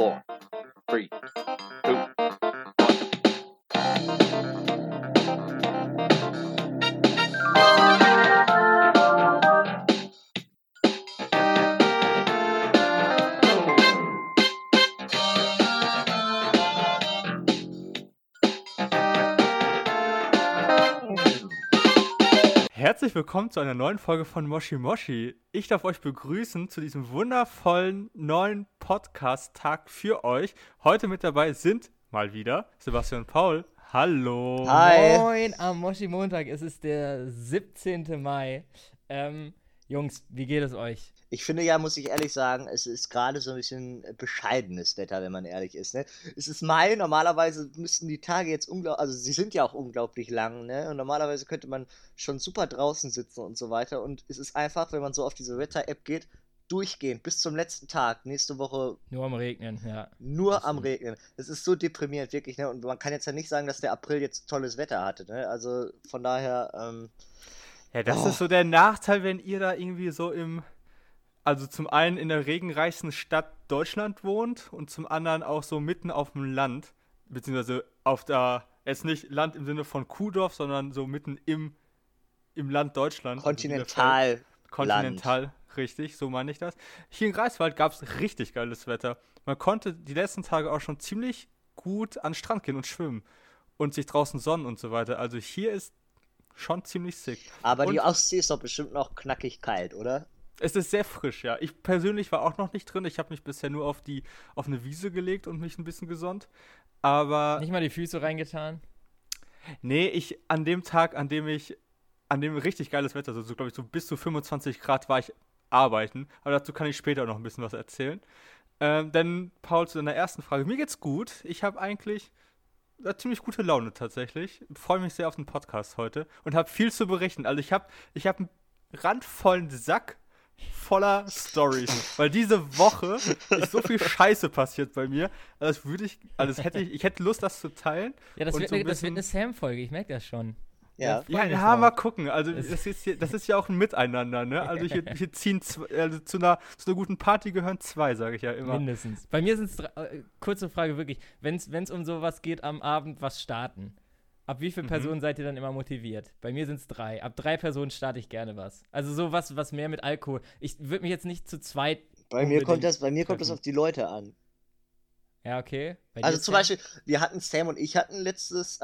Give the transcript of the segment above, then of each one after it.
4, 3, 2. Herzlich willkommen zu einer neuen Folge von Moshi Moshi. Ich darf euch begrüßen zu diesem wundervollen neuen Podcast-Tag für euch. Heute mit dabei sind mal wieder Sebastian und Paul. Hallo. Hi. Moin am Moshi-Montag. Es ist der 17. Mai. Jungs, wie geht es euch? Ich finde ja, muss ich ehrlich sagen, es ist gerade so ein bisschen bescheidenes Wetter, wenn man ehrlich ist, ne? Es ist Mai, normalerweise müssten die Tage jetzt also sie sind ja auch unglaublich lang, ne? Und normalerweise könnte man schon super draußen sitzen und so weiter. Und es ist einfach, wenn man so auf diese Wetter-App geht, durchgehend bis zum letzten Tag, nächste Woche Nur am Regnen, ja. nur am Regnen. Es ist so deprimierend, wirklich, ne? Und man kann jetzt ja nicht sagen, dass der April jetzt tolles Wetter hatte, ne? Also von daher, Ja, das ist so der Nachteil, wenn ihr da irgendwie so also zum einen in der regenreichsten Stadt Deutschland wohnt und zum anderen auch so mitten auf dem Land, beziehungsweise jetzt nicht Land im Sinne von Kuhdorf, sondern so mitten im Land Deutschland. Kontinental, richtig, so meine ich das. Hier in Greifswald gab es richtig geiles Wetter. Man konnte die letzten Tage auch schon ziemlich gut an den Strand gehen und schwimmen und sich draußen sonnen und so weiter. Also hier ist schon ziemlich sick. aber Und die Ostsee ist doch bestimmt noch knackig kalt, oder? es ist sehr frisch, ja. Ich persönlich war auch noch nicht drin. Ich habe mich bisher nur auf eine Wiese gelegt und mich ein bisschen gesonnt. Aber Nicht mal die Füße reingetan? nee, an dem Tag, an dem richtig geiles Wetter, so glaube ich, so bis zu 25 Grad war ich arbeiten. Aber dazu kann ich später noch ein bisschen was erzählen. Denn, Paul, zu deiner ersten Frage. Mir geht's gut. Ich habe eigentlich ziemlich gute Laune tatsächlich. Freue mich sehr auf den Podcast heute und habe viel zu berichten. Also ich hab einen randvollen Sack voller Stories, weil diese Woche ist so viel Scheiße passiert bei mir. Ich hätte Lust, das zu teilen. Ja, das Und wird, so ein das wird bisschen- eine Sam-Folge, ich merke das schon. Ja. Ja, mal gucken. Also das ist ja auch ein Miteinander, ne? Also hier ziehen also zu einer guten Party gehören zwei, sage ich ja immer. Mindestens. Bei mir sind es, kurze Frage wirklich, wenn es um sowas geht, am Abend was starten. Ab wie viele Personen seid ihr dann immer motiviert? Bei mir sind es 3. Ab 3 Personen starte ich gerne was. Also sowas, was mehr mit Alkohol. Ich würde mich jetzt nicht zu zweit. Bei mir kommt das treffen. auf die Leute an. Ja, okay. Bei Also dir, zum Sam? Beispiel, Sam und ich hatten letztes,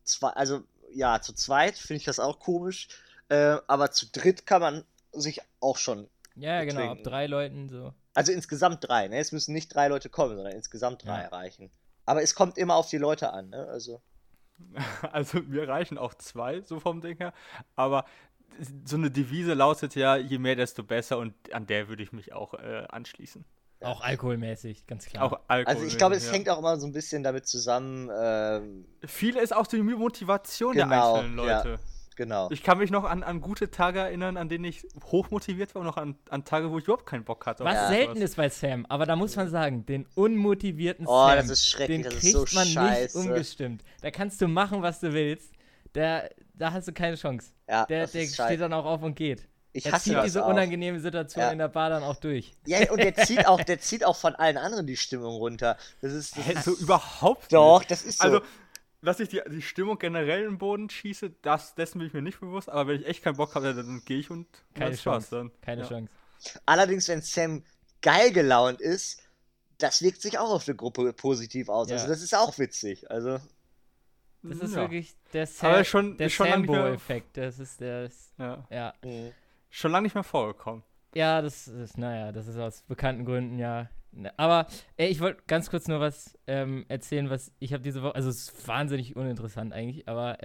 ja, zu zweit finde ich das auch komisch, aber zu dritt kann man sich auch schon Ja, genau, ab betrinken. 3 Leuten so. Also insgesamt 3, ne? Es müssen nicht 3 Leute kommen, sondern insgesamt 3 Ja. reichen. Aber es kommt immer auf die Leute an, ne? Also, Also mir reichen auch 2, so vom Ding her. Aber so eine Devise lautet ja, je mehr, desto besser. Und an der würde ich mich auch anschließen. Auch alkoholmäßig, ganz klar. Auch Alkohol. also ich glaube, es ja. hängt auch immer so ein bisschen damit zusammen, Viel ist auch die Motivation der genau, einzelnen Leute. ja, genau. Ich kann mich noch an gute Tage erinnern, an denen ich hochmotiviert war und noch an Tage, wo ich überhaupt keinen Bock hatte. Was Ja. selten ist bei Sam, aber da muss man sagen, den unmotivierten Oh, Sam, das ist schrecklich, den das ist kriegt so man nicht scheiße. umgestimmt. Da kannst du machen, was du willst. Da hast du keine Chance. Ja, Der das ist steht scheiße. dann auch auf und geht. Ich Er hasse zieht das diese auch. unangenehme Situation Ja. in der Bar dann auch durch. Ja, und der zieht auch von allen anderen die Stimmung runter. Das ist So überhaupt Doch, nicht. das ist so. Also, dass ich die Stimmung generell im Boden schieße, dessen bin ich mir nicht bewusst. Aber wenn ich echt keinen Bock habe, dann gehe ich und Keine das war's Chance. dann. Keine Ja. Chance. Allerdings, wenn Sam geil gelaunt ist, das wirkt sich auch auf eine Gruppe positiv aus. Ja. Also das ist auch witzig. Also Das ist Ja. wirklich der Aber schon lange nicht mehr- Sambo-Effekt. Das ist der. Ja. Ja. Schon lange nicht mehr vorgekommen. Ja, das ist aus bekannten Gründen, ja. Aber ich wollte ganz kurz nur was erzählen, was ich habe diese Woche, also es ist wahnsinnig uninteressant eigentlich, aber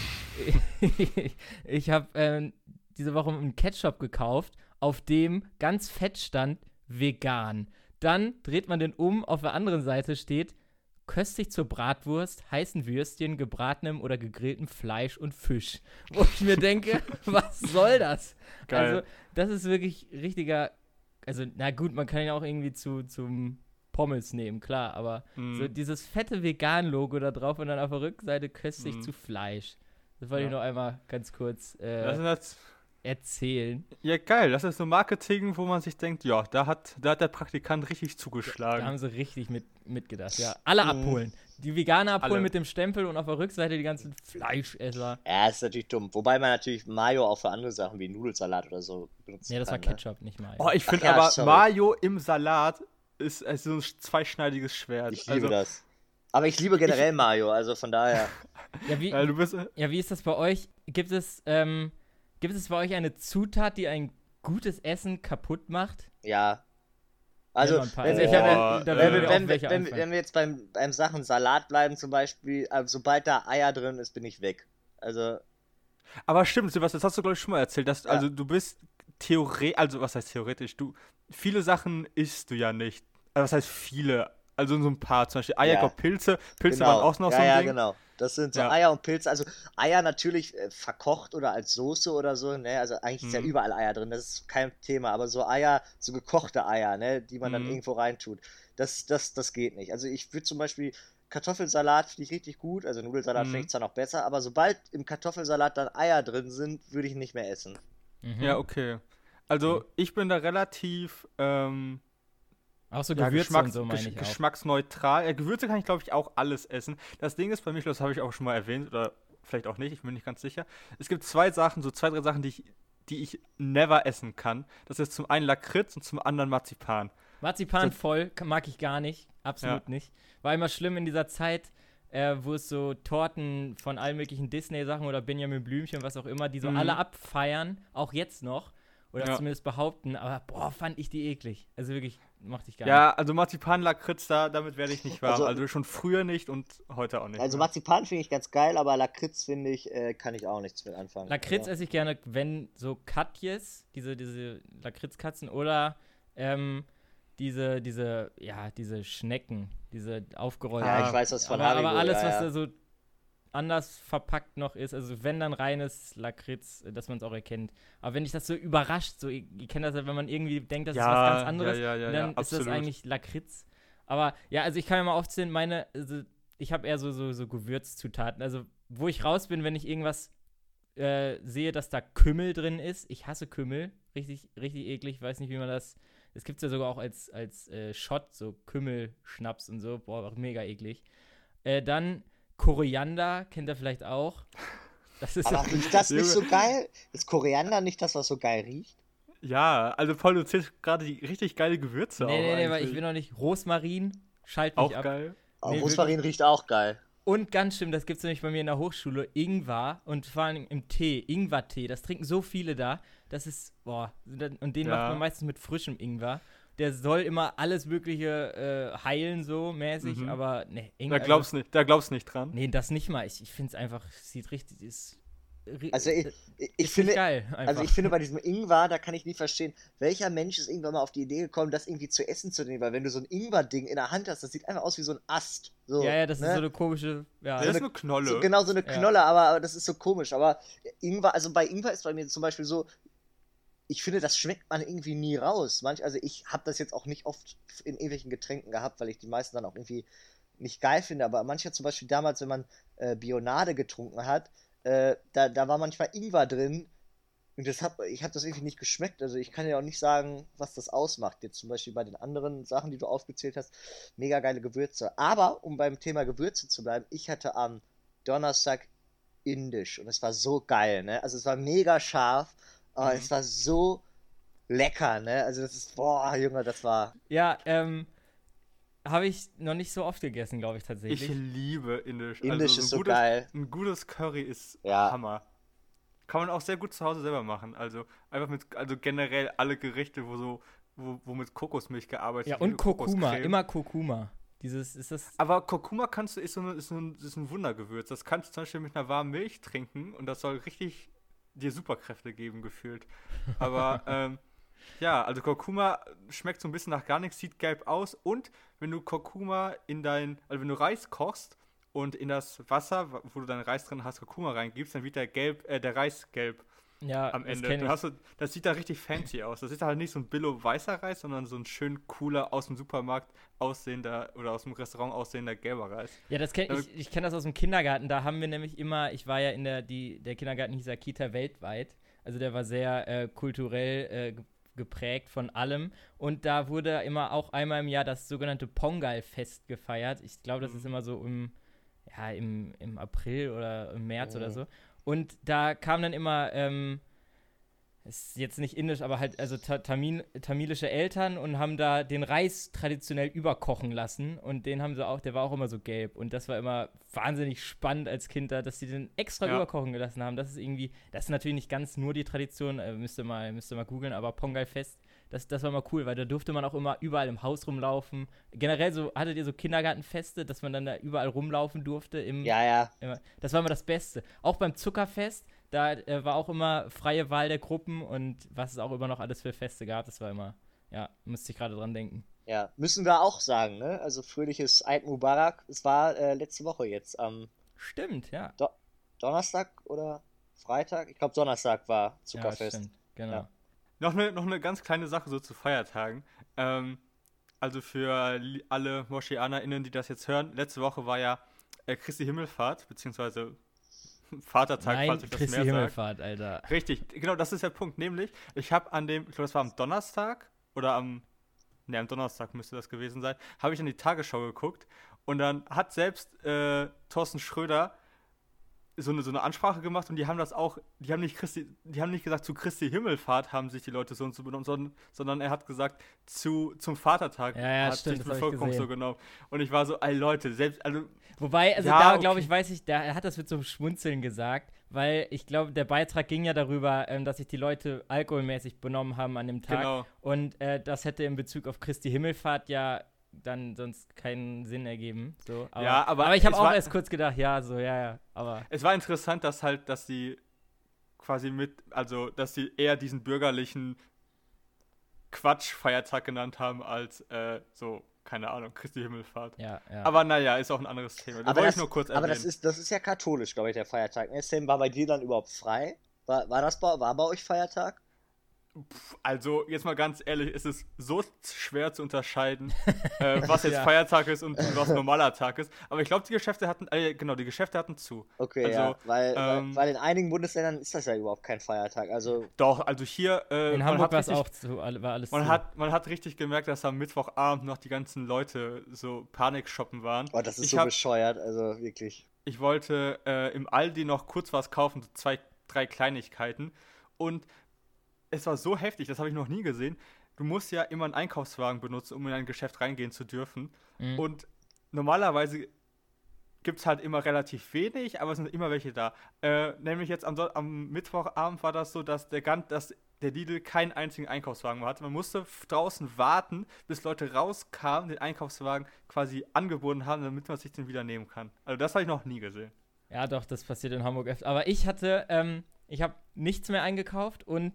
ich habe diese Woche einen Ketchup gekauft, auf dem ganz fett stand vegan. Dann dreht man den um, auf der anderen Seite steht köstlich zur Bratwurst, heißen Würstchen, gebratenem oder gegrilltem Fleisch und Fisch. Wo ich mir denke, was soll das? Geil. Also, das ist wirklich richtiger. Also, na gut, man kann ihn auch irgendwie zum Pommes nehmen, klar, aber so dieses fette Vegan-Logo da drauf und dann auf der Rückseite köstlich zu Fleisch. Das wollte ich noch einmal ganz kurz. Das sind jetzt erzählen. Ja, geil. Das ist so Marketing, wo man sich denkt, ja, da hat der Praktikant richtig Da zugeschlagen. haben sie richtig mitgedacht, ja. Alle abholen. Die Veganer abholen Alle. mit dem Stempel und auf der Rückseite die ganzen Fleischesser. Ja, ist natürlich dumm. Wobei man natürlich Mayo auch für andere Sachen wie Nudelsalat oder so benutzen Nee, das war kann. Ketchup, nicht mal. Oh, ich Ach finde ja, aber sorry. Mayo im Salat ist so ein zweischneidiges Schwert. Ich liebe das. Aber ich liebe generell Mayo, also von daher. Ja, Du bist, wie ist das bei euch? Gibt es bei euch eine Zutat, die ein gutes Essen kaputt macht? Ja. Nenn Also, mal ein paar. wenn, Also ich wenn, habe- da wenn, würde wenn, mir auch wenn, welche wenn, einfallen. wenn wir jetzt beim Sachen Salat bleiben zum Beispiel, sobald da Eier drin ist, bin ich weg. Also, aber stimmt, Sebastian, das hast du, glaube ich, schon mal erzählt. Dass, Ja. Also du bist also was heißt theoretisch? Viele Sachen isst du ja nicht. Also was heißt viele? Also so ein paar, zum Beispiel Eier, Ja. Pilze genau. waren auch noch ja, so ein ja, Ding. genau. Das sind so Ja. Eier und Pilze. Also Eier natürlich verkocht oder als Soße oder so, ne? Also eigentlich ist ja Mhm. überall Eier drin, das ist kein Thema. Aber so Eier, so gekochte Eier, ne? Die man dann Mhm. irgendwo reintut, das geht nicht. Also ich würde zum Beispiel Kartoffelsalat finde ich richtig gut, also Nudelsalat finde Mhm. ich zwar noch besser, aber sobald im Kartoffelsalat dann Eier drin sind, würde ich ihn nicht mehr essen. Mhm. Ja, okay. Also ich bin da relativ Auch so ja, Gewürze und so meine ich auch. geschmacksneutral. Gewürze kann ich, glaube ich, auch alles essen. Das Ding ist bei mir, das habe ich auch schon mal erwähnt, oder vielleicht auch nicht, ich bin nicht ganz sicher. Es gibt zwei, drei Sachen, die ich never essen kann. Das ist zum einen Lakritz und zum anderen Marzipan. Marzipan voll, mag ich gar nicht. Absolut nicht. War immer schlimm in dieser Zeit, wo es so Torten von allen möglichen Disney-Sachen oder Benjamin Blümchen, was auch immer, die so Mhm. alle abfeiern, auch jetzt noch. Oder Ja. zumindest behaupten, aber boah, fand ich die eklig. Also wirklich, mochte ich gar Ja, also Marzipan, Lakritz, damit werde ich nicht warm. Also- Also schon früher nicht und heute auch nicht. Also mehr. Marzipan finde ich ganz geil, aber Lakritz finde ich, kann ich auch nichts mit anfangen. nicht. Lakritz Also, esse ich gerne, wenn so Katjes, diese Lakritzkatzen oder diese Schnecken, diese aufgerollten. ja, ich weiß was von aber Haribo, alles, ja, was ja. da so anders verpackt noch ist, also wenn dann reines Lakritz, dass man es auch erkennt. Aber wenn dich das so überrascht, so, ihr kennt das ja, wenn man irgendwie denkt, das ist was ganz anderes, ja, und dann ist das absolut. eigentlich Lakritz. Aber ja, also ich kann ja mal aufzählen, also ich habe eher so Gewürzzutaten. Also wo ich raus bin, wenn ich irgendwas sehe, dass da Kümmel drin ist. Ich hasse Kümmel, richtig, richtig eklig, weiß nicht, wie man das. Es gibt es ja sogar auch als Shot, so Kümmelschnaps und so. Boah, auch mega eklig. Dann Koriander, kennt ihr vielleicht auch. Das ist Aber riecht das nicht so geil? Ist Koriander nicht das, was so geil riecht? Ja, also Paul, du zählst gerade die richtig geile Gewürze Nee, auch weil ich eigentlich. will noch nicht. Rosmarin, schalt mich Auch ab. geil. Aber Nee, Rosmarin riecht auch geil. Und ganz schlimm, das gibt es nämlich bei mir in der Hochschule, Ingwer und vor allem im Tee, Ingwertee. Das trinken so viele da. Das ist, boah, und den Ja. macht man meistens mit frischem Ingwer. Der soll immer alles Mögliche heilen, so mäßig, Mhm. aber ne, Da glaubst du nicht dran. Nee, das nicht mal. Ich finde es einfach, sieht richtig, Also ich ist finde, geil. Einfach. also ich finde bei diesem Ingwer, da kann ich nie verstehen, welcher Mensch ist irgendwann mal auf die Idee gekommen, das irgendwie zu essen zu nehmen, weil wenn du so ein Ingwer-Ding in der Hand hast, das sieht einfach aus wie so ein Ast. So, ja, das ne? ist so eine komische, ja. Das ist eine Knolle. So, genau so eine Ja. Knolle, aber das ist so komisch. Aber Ingwer, also bei Ingwer ist bei mir zum Beispiel so, ich finde, das schmeckt man irgendwie nie raus. Also ich habe das jetzt auch nicht oft in irgendwelchen Getränken gehabt, weil ich die meisten dann auch irgendwie nicht geil finde. Aber manchmal zum Beispiel damals, wenn man Bionade getrunken hat, da war manchmal Ingwer drin. Und ich habe das irgendwie nicht geschmeckt. Also ich kann ja auch nicht sagen, was das ausmacht. Jetzt zum Beispiel bei den anderen Sachen, die du aufgezählt hast, mega geile Gewürze. Aber um beim Thema Gewürze zu bleiben, ich hatte am Donnerstag Indisch und es war so geil, ne? Also es war mega scharf, aber es war so lecker, ne? Also das ist, boah, Junge, das war. Ja, habe ich noch nicht so oft gegessen, glaube ich tatsächlich. Ich liebe Indisch. Indisch also ist so gutes, geil. Ein gutes Curry ist Ja. Hammer. Kann man auch sehr gut zu Hause selber machen. Also einfach also generell alle Gerichte, wo mit Kokosmilch gearbeitet Ja, wird. und Kurkuma, Kokoscreme. immer Kurkuma. ist das. Aber Kurkuma ist ein Wundergewürz. Das kannst du zum Beispiel mit einer warmen Milch trinken und das soll richtig dir Superkräfte geben, gefühlt. Aber ja, also Kurkuma schmeckt so ein bisschen nach gar nichts, sieht gelb aus. Und wenn du Kurkuma also wenn du Reis kochst und in das Wasser, wo du deinen Reis drin hast, Kurkuma reingibst, dann wird der Reis gelb Ja, am das Ende. kenn ich. Das sieht da richtig fancy aus. Das ist halt nicht so ein billo-weißer Reis, sondern so ein schön cooler, aus dem Supermarkt aussehender oder aus dem Restaurant aussehender gelber Reis. Ja, ich kenne das aus dem Kindergarten. Da haben wir nämlich immer, ich war ja der Kindergarten hieß ja Kita weltweit. Also der war sehr kulturell geprägt von allem. Und da wurde immer auch einmal im Jahr das sogenannte Pongal-Fest gefeiert. Ich glaube, das ist immer so im April oder im März oder so. Und da kam dann immer, ist jetzt nicht indisch, aber halt also tamilische Eltern und haben da den Reis traditionell überkochen lassen. Und den haben sie auch, der war auch immer so gelb. Und das war immer wahnsinnig spannend als Kind da, dass sie den extra überkochen gelassen haben. Das ist natürlich nicht ganz nur die Tradition, müsst ihr mal googeln, aber Pongal-Fest, das war mal cool, weil da durfte man auch immer überall im Haus rumlaufen. Generell hattet ihr so Kindergartenfeste, dass man dann da überall rumlaufen durfte? Das war immer das Beste. Auch beim Zuckerfest, da war auch immer freie Wahl der Gruppen und was es auch immer noch alles für Feste gab, das war immer, musste ich gerade dran denken. Ja, müssen wir auch sagen, ne? Also fröhliches Eid Mubarak. Es war letzte Woche jetzt am Stimmt, ja. Donnerstag oder Freitag? Ich glaube Donnerstag war Zuckerfest. Ja, stimmt, genau. Ja. Noch eine ganz kleine Sache so zu Feiertagen. Also für alle MoscheanerInnen, die das jetzt hören, letzte Woche war ja Christi Himmelfahrt, beziehungsweise Vatertag, Nein, falls ich das Christi mehr Himmelfahrt, Alter. Richtig, genau, das ist der Punkt. Nämlich, ich habe ich glaube, das war am Donnerstag oder am Donnerstag müsste das gewesen sein, habe ich in die Tagesschau geguckt und dann hat selbst Thorsten Schröder so eine Ansprache gemacht und die haben nicht gesagt, zu Christi Himmelfahrt haben sich die Leute so und so benommen, sondern er hat gesagt, zum Vatertag ja, hat stimmt, sich die Bevölkerung so genommen. Und ich war so, ey Leute, selbst, also wobei, also ja, da okay. glaube ich, er hat das mit so einem Schmunzeln gesagt, weil ich glaube, der Beitrag ging ja darüber, dass sich die Leute alkoholmäßig benommen haben an dem Tag. Genau. Und das hätte in Bezug auf Christi Himmelfahrt ja dann sonst keinen Sinn ergeben. So, aber ich habe auch erst kurz gedacht, aber. Es war interessant, dass die quasi dass sie eher diesen bürgerlichen Quatsch-Feiertag genannt haben, als keine Ahnung, Christi Himmelfahrt. Ja. Aber naja, ist auch ein anderes Thema. Das wollte ich nur kurz erwähnen. Aber das ist ja katholisch, glaube ich, der Feiertag. Sam, war bei dir dann überhaupt frei? War bei euch Feiertag? Also, jetzt mal ganz ehrlich, ist es so schwer zu unterscheiden, was jetzt Feiertag ist und was normaler Tag ist. Aber ich glaube, die Geschäfte hatten zu. Okay, also, weil in einigen Bundesländern ist das ja überhaupt kein Feiertag. Also doch, also hier in Hamburg war es auch zu, war alles zu. Man hat richtig gemerkt, dass am Mittwochabend noch die ganzen Leute so Panik shoppen waren. Oh, das ist so bescheuert, also wirklich. Ich wollte im Aldi noch kurz was kaufen, so 2, 3 Kleinigkeiten und es war so heftig, das habe ich noch nie gesehen. Du musst ja immer einen Einkaufswagen benutzen, um in ein Geschäft reingehen zu dürfen. Mhm. Und normalerweise gibt es halt immer relativ wenig, aber es sind immer welche da. Nämlich jetzt am Mittwochabend war das so, dass der Lidl keinen einzigen Einkaufswagen mehr hatte. Man musste draußen warten, bis Leute rauskamen, den Einkaufswagen quasi angebunden haben, damit man sich den wieder nehmen kann. Also das habe ich noch nie gesehen. Ja doch, das passiert in Hamburg öfter. Aber ich habe nichts mehr eingekauft und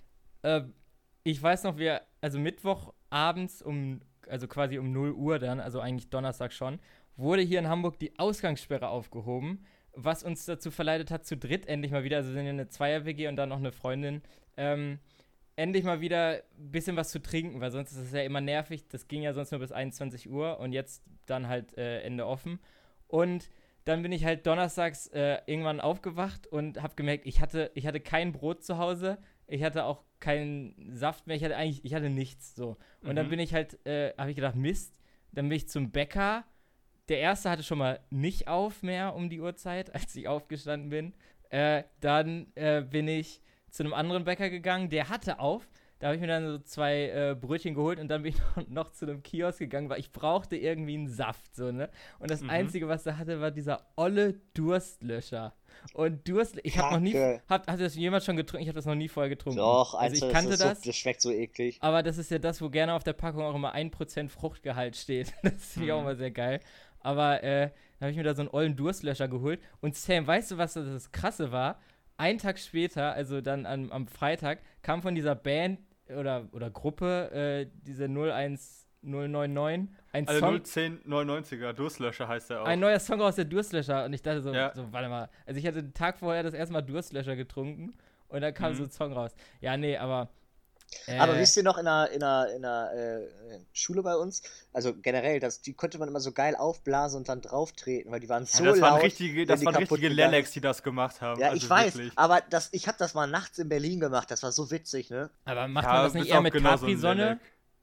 ich weiß noch, also Mittwochabends quasi um 0 Uhr dann, also eigentlich Donnerstag schon, wurde hier in Hamburg die Ausgangssperre aufgehoben, was uns dazu verleitet hat, zu dritt endlich mal wieder, also wir sind ja eine Zweier-WG und dann noch eine Freundin, endlich mal wieder ein bisschen was zu trinken, weil sonst ist es ja immer nervig, das ging ja sonst nur bis 21 Uhr und jetzt dann halt Ende offen. Und dann bin ich halt donnerstags irgendwann aufgewacht und habe gemerkt, ich hatte kein Brot zu Hause, ich hatte auch keinen Saft mehr, ich hatte nichts so. Und dann bin ich halt, habe ich gedacht, Mist, dann bin ich zum Bäcker. Der erste hatte schon mal nicht auf mehr um die Uhrzeit, als ich aufgestanden bin. Dann bin ich zu einem anderen Bäcker gegangen, der hatte auf. Da habe ich mir dann so 2 Brötchen geholt und dann bin ich noch zu einem Kiosk gegangen, weil ich brauchte irgendwie einen Saft, so, ne? Und das Einzige, was er hatte, war dieser olle Durstlöscher. Und ich habe noch nie, hat das jemand schon getrunken? Ich habe das noch nie vorher getrunken. Doch, also ich kannte das. Das schmeckt so eklig. Aber das ist ja das, wo gerne auf der Packung auch immer 1% Fruchtgehalt steht. Das finde ich auch immer sehr geil. Aber dann habe ich mir da so einen ollen Durstlöscher geholt. Und Sam, weißt du, was das Krasse war? Einen Tag später, also dann am Freitag, kam von dieser Band oder Gruppe, diese 01099, ein also Song. 01099er, Durstlöscher heißt der auch. Ein neuer Song aus der Durstlöscher. Und ich dachte so, warte mal. Also ich hatte den Tag vorher das erste Mal Durstlöscher getrunken und dann kam so ein Song raus. Ja, nee, aber Aber wisst ihr noch in der Schule bei uns, also generell, die konnte man immer so geil aufblasen und dann drauf treten, weil die waren so das waren laut. richtige, wenn das die waren kaputt richtige gegangen Lelex, die das gemacht haben. Ja, also ich weiß, wirklich. aber ich habe das mal nachts in Berlin gemacht, das war so witzig, ne? Aber macht Ja, man das bist nicht eher auch mit genauso ein Capri-Sonne? Lelek.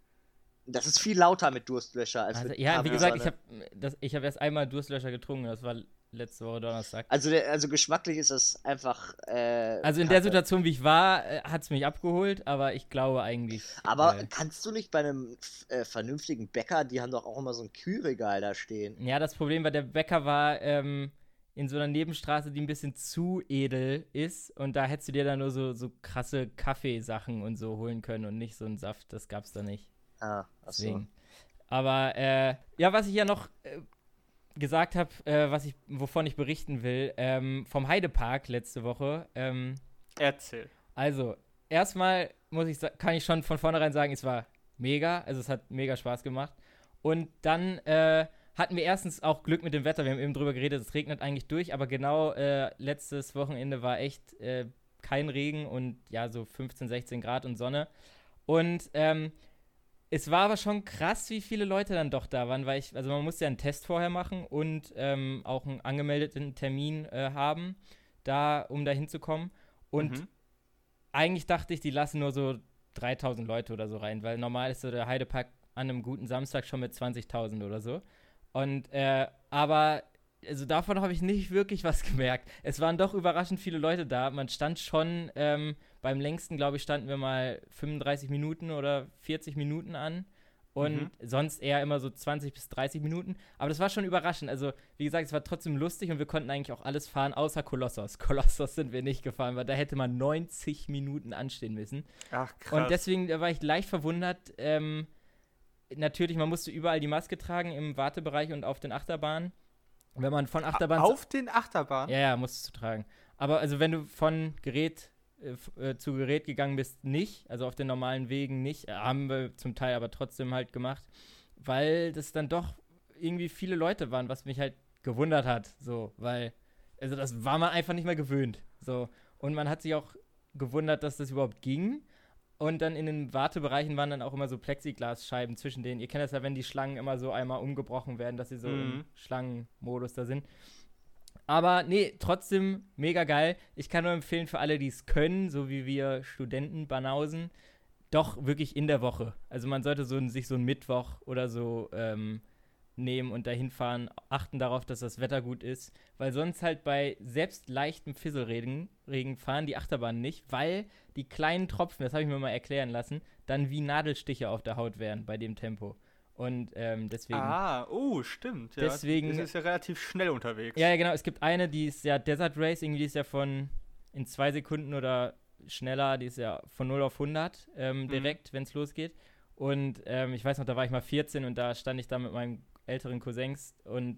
Das ist viel lauter mit Durstlöscher als Also, mit ja, wie gesagt, Capri-Sonne. ich hab erst einmal Durstlöscher getrunken, das war letzte Woche Donnerstag. Also geschmacklich ist das einfach. Also in der Situation, wie ich war, hat es mich abgeholt, aber ich glaube eigentlich. Aber kannst du nicht bei einem vernünftigen Bäcker, die haben doch auch immer so ein Kühlregal da stehen. Ja, das Problem war, der Bäcker war in so einer Nebenstraße, die ein bisschen zu edel ist. Und da hättest du dir dann nur so krasse Kaffeesachen und so holen können und nicht so einen Saft. Das gab's da nicht. Ah, achso. Deswegen. Aber ja, was ich ja noch gesagt habe, wovon ich berichten will, vom Heidepark letzte Woche. Erzähl. Also, erstmal kann ich schon von vornherein sagen, es war mega. Also, es hat mega Spaß gemacht. Und dann hatten wir erstens auch Glück mit dem Wetter. Wir haben eben drüber geredet, es regnet eigentlich durch. Aber genau letztes Wochenende war echt kein Regen und ja, so 15, 16 Grad und Sonne. Und es war aber schon krass, wie viele Leute dann doch da waren, weil also man musste ja einen Test vorher machen und auch einen angemeldeten Termin haben, um da hinzukommen. Und eigentlich dachte ich, die lassen nur so 3.000 Leute oder so rein, weil normal ist so der Heidepark an einem guten Samstag schon mit 20.000 oder so. Und aber also davon habe ich nicht wirklich was gemerkt. Es waren doch überraschend viele Leute da. Man stand schon, beim längsten, glaube ich, standen wir mal 35 Minuten oder 40 Minuten an. Und sonst eher immer so 20 bis 30 Minuten. Aber das war schon überraschend. Also, wie gesagt, es war trotzdem lustig und wir konnten eigentlich auch alles fahren, außer Kolossos. Kolossos sind wir nicht gefahren, weil da hätte man 90 Minuten anstehen müssen. Ach, krass. Und deswegen war ich leicht verwundert. Natürlich, man musste überall die Maske tragen im Wartebereich und auf den Achterbahnen. Wenn man von Achterbahn Auf den Achterbahnen? Ja, musstest du tragen. Aber also wenn du von Gerät zu Gerät gegangen bist, nicht. Also auf den normalen Wegen nicht. Haben wir zum Teil aber trotzdem halt gemacht. Weil das dann doch irgendwie viele Leute waren, was mich halt gewundert hat. So, weil, also das war man einfach nicht mehr gewöhnt. So. Und man hat sich auch gewundert, dass das überhaupt ging. Und dann in den Wartebereichen waren dann auch immer so Plexiglasscheiben zwischen denen. Ihr kennt das ja, wenn die Schlangen immer so einmal umgebrochen werden, dass sie so im Schlangenmodus da sind. Aber nee, trotzdem mega geil. Ich kann nur empfehlen für alle, die es können, so wie wir Studenten Banausen, doch wirklich in der Woche. Also man sollte sich so einen Mittwoch oder so nehmen und dahin fahren, achten darauf, dass das Wetter gut ist, weil sonst halt bei selbst leichtem Fisselregen fahren die Achterbahnen nicht, weil die kleinen Tropfen, das habe ich mir mal erklären lassen, dann wie Nadelstiche auf der Haut wären bei dem Tempo. Und deswegen. Stimmt. Ja. Deswegen. Das ist ja relativ schnell unterwegs. Ja, genau. Es gibt eine, die ist ja Desert Racing, die ist ja in 2 Sekunden oder schneller, die ist ja von 0 auf 100 direkt, wenn es losgeht. Und ich weiß noch, da war ich mal 14 und da stand ich da mit meinen älteren Cousins und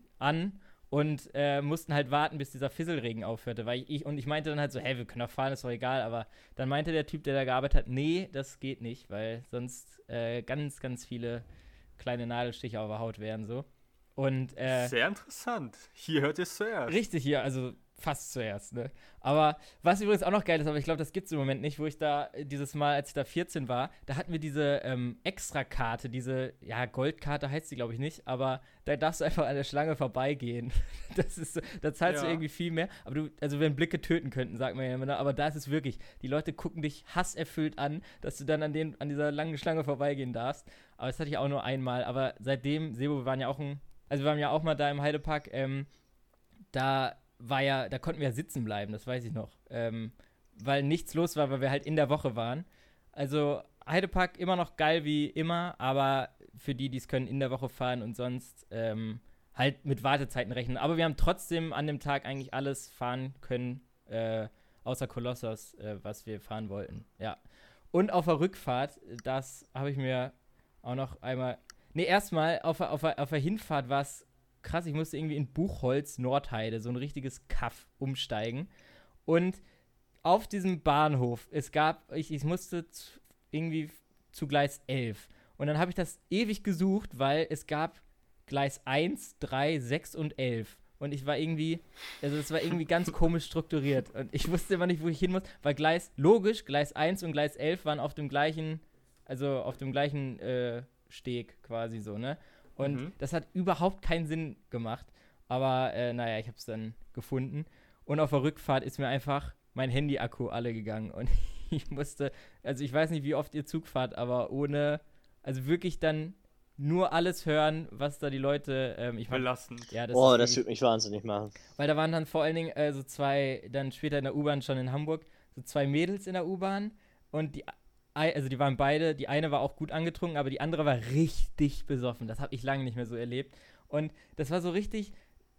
mussten halt warten, bis dieser Fisselregen aufhörte, weil ich meinte dann halt so, hey, wir können doch fahren, ist doch egal, aber dann meinte der Typ, der da gearbeitet hat, nee, das geht nicht, weil sonst ganz, ganz viele kleine Nadelstiche auf der Haut wären so. Und sehr interessant. Hier hört ihr es zuerst. Richtig, hier, also fast zuerst, ne? Aber was übrigens auch noch geil ist, aber ich glaube, das gibt es im Moment nicht, wo ich da dieses Mal, als ich da 14 war, da hatten wir diese Extrakarte, diese, ja, Goldkarte heißt sie, glaube ich, nicht, aber da darfst du einfach an der Schlange vorbeigehen. Das ist so, da zahlst du irgendwie viel mehr, aber also wenn Blicke töten könnten, sagt man ja immer, aber da ist es wirklich, die Leute gucken dich hasserfüllt an, dass du dann an dieser langen Schlange vorbeigehen darfst. Aber das hatte ich auch nur einmal, aber seitdem, Sebo, wir waren ja auch mal da im Heidepark, da konnten wir ja sitzen bleiben, das weiß ich noch. Weil nichts los war, weil wir halt in der Woche waren. Also Heidepark immer noch geil wie immer, aber für die es können, in der Woche fahren und sonst halt mit Wartezeiten rechnen. Aber wir haben trotzdem an dem Tag eigentlich alles fahren können, außer Kolossos, was wir fahren wollten. Ja. Und auf der Rückfahrt, das habe ich mir auch noch einmal. Nee, erstmal auf der Hinfahrt war es krass, ich musste irgendwie in Buchholz, Nordheide, so ein richtiges Kaff umsteigen. Und auf diesem Bahnhof, ich musste irgendwie zu Gleis 11. Und dann habe ich das ewig gesucht, weil es gab Gleis 1, 3, 6 und 11. und ich war irgendwie, also es war irgendwie ganz komisch strukturiert und ich wusste immer nicht, wo ich hin muss, weil Gleis 1 und Gleis 11 waren auf dem gleichen Steg quasi so, ne? Und das hat überhaupt keinen Sinn gemacht, aber naja, ich habe es dann gefunden und auf der Rückfahrt ist mir einfach mein Handy-Akku alle gegangen und ich musste, also ich weiß nicht, wie oft ihr Zug fahrt, aber also wirklich dann nur alles hören, was da die Leute, belastend. Ja, Das würde mich wahnsinnig machen. weil da waren dann vor allen Dingen so zwei, dann später in der U-Bahn schon in Hamburg, so zwei Mädels in der U-Bahn und die waren beide, die eine war auch gut angetrunken, aber die andere war richtig besoffen. Das habe ich lange nicht mehr so erlebt. Und das war so richtig,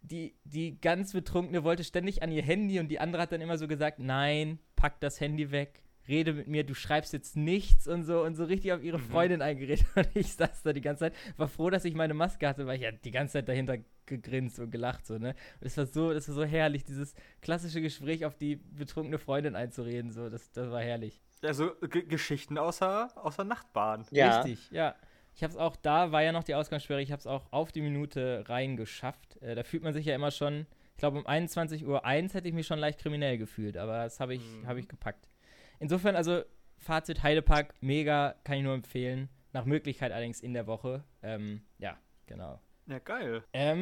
die ganz Betrunkene wollte ständig an ihr Handy und die andere hat dann immer so gesagt, nein, pack das Handy weg, rede mit mir, du schreibst jetzt nichts und so richtig auf ihre Freundin eingeredet. Und ich saß da die ganze Zeit, war froh, dass ich meine Maske hatte, weil ich ja die ganze Zeit dahinter gegrinst und gelacht so, ne? Und das war so herrlich, dieses klassische Gespräch auf die betrunkene Freundin einzureden, so, das war herrlich. Also Geschichten außer Nachtbahn. Ja. Richtig, ja. Ich habe es auch, da war ja noch die Ausgangssperre, ich habe es auch auf die Minute reingeschafft. Da fühlt man sich ja immer schon, ich glaube um 21:01 Uhr hätte ich mich schon leicht kriminell gefühlt, aber das habe ich gepackt. Insofern, also Fazit, Heidepark, mega, kann ich nur empfehlen. Nach Möglichkeit allerdings in der Woche. Ja, genau. Ja, geil.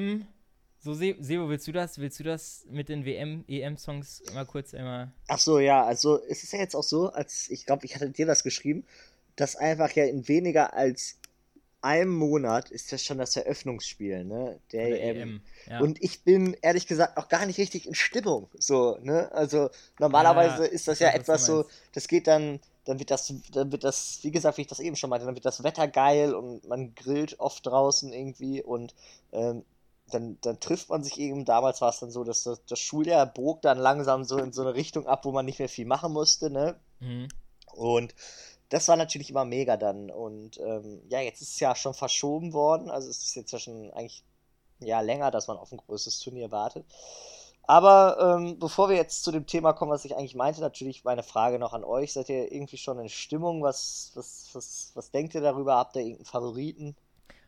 So, Sebo, willst du das mit den WM-EM-Songs mal kurz einmal... Ach so, ja, also es ist ja jetzt auch so, ich glaube, ich hatte dir das geschrieben, dass einfach ja in weniger als einem Monat ist das schon das Eröffnungsspiel, ne, der EM. Ja. Und ich bin ehrlich gesagt noch gar nicht richtig in Stimmung, so, ne, also normalerweise ist das ja etwas so, das geht dann wird das, wie gesagt, wie ich das eben schon meinte, dann wird das Wetter geil und man grillt oft draußen irgendwie und dann trifft man sich eben, damals war es dann so, dass das Schuljahr bog dann langsam so in so eine Richtung ab, wo man nicht mehr viel machen musste, ne? Und das war natürlich immer mega dann. Und ja, jetzt ist es ja schon verschoben worden. Also es ist jetzt ja schon eigentlich länger, dass man auf ein größeres Turnier wartet. Aber bevor wir jetzt zu dem Thema kommen, was ich eigentlich meinte, natürlich meine Frage noch an euch. Seid ihr irgendwie schon in Stimmung? Was denkt ihr darüber? Habt ihr irgendeinen Favoriten?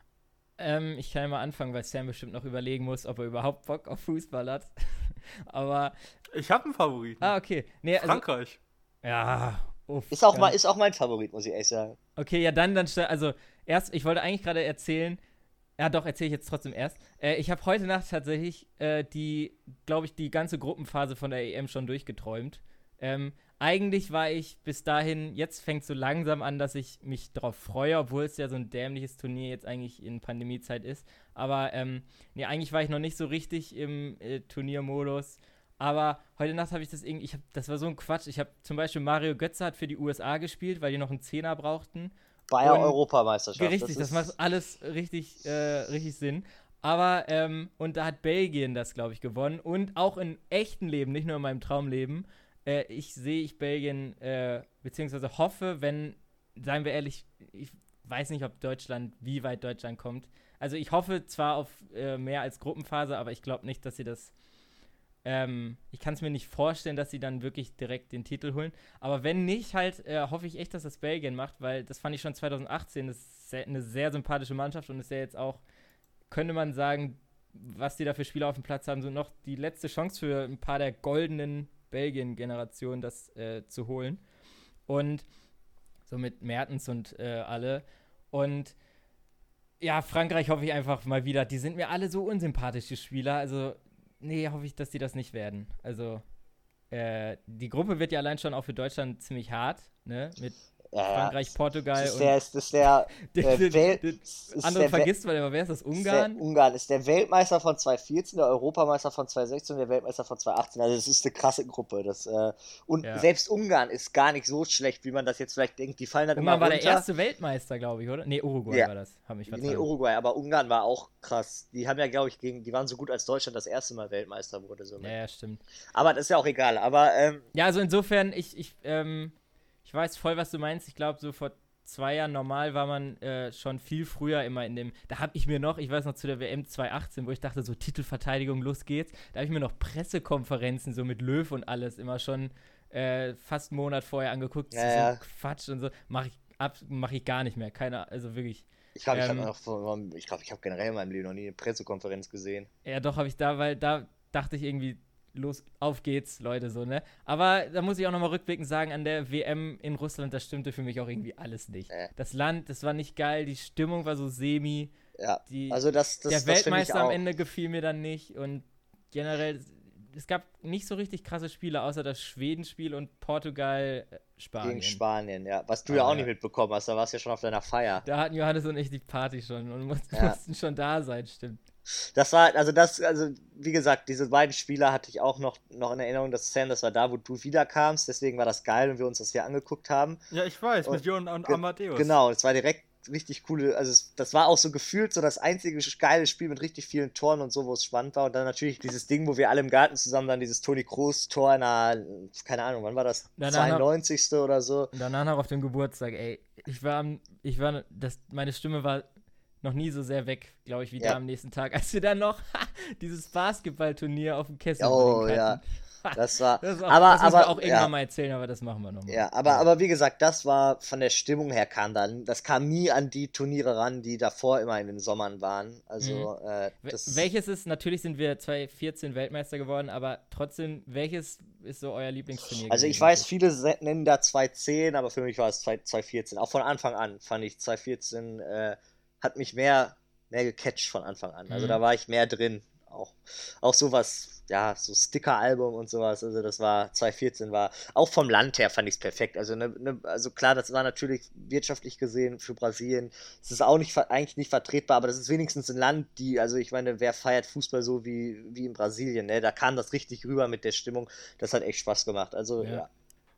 Ich kann ja mal anfangen, weil Sam bestimmt noch überlegen muss, ob er überhaupt Bock auf Fußball hat. Aber... Ich habe einen Favoriten. Okay. Nee, Frankreich. Ja... Uff, ist auch mein Favorit, muss ich ehrlich sagen. Okay, ja, dann, also, ich wollte eigentlich gerade erzählen, ja doch, erzähle ich jetzt trotzdem erst. Ich habe heute Nacht tatsächlich die ganze Gruppenphase von der EM schon durchgeträumt. Eigentlich war ich bis dahin, jetzt fängt es so langsam an, dass ich mich darauf freue, obwohl es ja so ein dämliches Turnier jetzt eigentlich in Pandemiezeit ist. Aber, nee, eigentlich war ich noch nicht so richtig im Turniermodus. Aber heute Nacht habe ich das irgendwie, das war so ein Quatsch. Ich habe zum Beispiel Mario Götze hat für die USA gespielt, weil die noch einen Zehner brauchten. Europameisterschaft. Richtig, das macht alles richtig Sinn. Aber, und da hat Belgien das, glaube ich, gewonnen. Und auch im echten Leben, nicht nur in meinem Traumleben, sehe ich Belgien, beziehungsweise hoffe, seien wir ehrlich, ich weiß nicht, wie weit Deutschland kommt. Also ich hoffe zwar auf mehr als Gruppenphase, aber ich glaube nicht, dass sie das ich kann es mir nicht vorstellen, dass sie dann wirklich direkt den Titel holen. Aber wenn nicht, halt hoffe ich echt, dass das Belgien macht, weil das fand ich schon 2018, das ist eine sehr sympathische Mannschaft und ist ja jetzt auch, könnte man sagen, was die da für Spieler auf dem Platz haben, so noch die letzte Chance für ein paar der goldenen Belgien-Generationen, das zu holen. Und so mit Mertens und alle. Und ja, Frankreich hoffe ich einfach mal wieder, die sind mir alle so unsympathische Spieler, also nee, hoffe ich, dass die das nicht werden. Also, die Gruppe wird ja allein schon auch für Deutschland ziemlich hart, ne? Mit Frankreich, Portugal andere vergisst man immer, wer ist das? Ungarn? Ungarn ist der Weltmeister von 2014, der Europameister von 2016 und der Weltmeister von 2018. Also, das ist eine krasse Gruppe. Selbst Ungarn ist gar nicht so schlecht, wie man das jetzt vielleicht denkt. Die fallen dann immer runter. Ungarn war der erste Weltmeister, glaube ich, oder? Nee, Uruguay war das. Hab mich vertan. Nee, Uruguay, aber Ungarn war auch krass. Die haben ja, glaube ich, die waren so gut, als Deutschland das erste Mal Weltmeister wurde. So, ne? Ja, stimmt. Aber das ist ja auch egal. Aber, ja, also insofern, ich weiß voll, was du meinst. Ich glaube, so vor 2 Jahren normal war man schon viel früher immer da habe ich mir noch, ich weiß noch zu der WM 2018, wo ich dachte, so Titelverteidigung, los geht's. Da habe ich mir noch Pressekonferenzen so mit Löw und alles immer schon fast einen Monat vorher angeguckt. Ja. So Quatsch und so. Mach ich gar nicht mehr. Also wirklich. Ich glaube, ich habe generell in meinem Leben noch nie eine Pressekonferenz gesehen. Ja, doch, habe ich da, weil da dachte ich irgendwie, los, auf geht's, Leute, so, ne? Aber da muss ich auch nochmal rückblickend sagen, an der WM in Russland, das stimmte für mich auch irgendwie alles nicht. Das Land, das war nicht geil, die Stimmung war so semi. Ja, also der das Weltmeister am Ende gefiel mir dann nicht und generell, es gab nicht so richtig krasse Spiele, außer das Schwedenspiel und Portugal-Spanien. Gegen Spanien, ja. Was du ja auch nicht mitbekommen hast, da warst du ja schon auf deiner Feier. Da hatten Johannes und ich die Party schon und mussten schon da sein, stimmt. Das war, also wie gesagt, diese beiden Spiele hatte ich auch noch in Erinnerung, das war da, wo du wiederkamst, deswegen war das geil und wir uns das hier angeguckt haben. Ja, ich weiß, mit Jon und Amadeus. Genau, es war direkt richtig coole, also das war auch so gefühlt so das einzige geile Spiel mit richtig vielen Toren und so, wo es spannend war und dann natürlich dieses Ding, wo wir alle im Garten zusammen dann dieses Toni Kroos-Tor keine Ahnung, wann war das? 92. oder so. Und danach noch auf dem Geburtstag, ey, meine Stimme war noch nie so sehr weg, glaube ich, wie da am nächsten Tag, als wir dann noch dieses Basketballturnier auf dem Kessel hatten. Ja. Das war, das müssen wir auch irgendwann mal erzählen, aber das machen wir nochmal. Ja, aber wie gesagt, das war von der Stimmung her das kam nie an die Turniere ran, die davor immer in den Sommern waren. Also, welches ist, natürlich sind wir 2014 Weltmeister geworden, aber trotzdem, welches ist so euer Lieblingsturnier? Also ich weiß, viele nennen da 2010, aber für mich war es 2014. Auch von Anfang an fand ich 2014 hat mich mehr gecatcht von Anfang an. Also da war ich mehr drin. Auch sowas, ja, so Sticker-Album und sowas, also das war, 2014 war, auch vom Land her fand ich es perfekt, also also klar, das war natürlich wirtschaftlich gesehen für Brasilien, es ist auch eigentlich nicht vertretbar, aber das ist wenigstens ein Land, also ich meine, wer feiert Fußball so wie in Brasilien, ne, da kam das richtig rüber mit der Stimmung, das hat echt Spaß gemacht, also ja.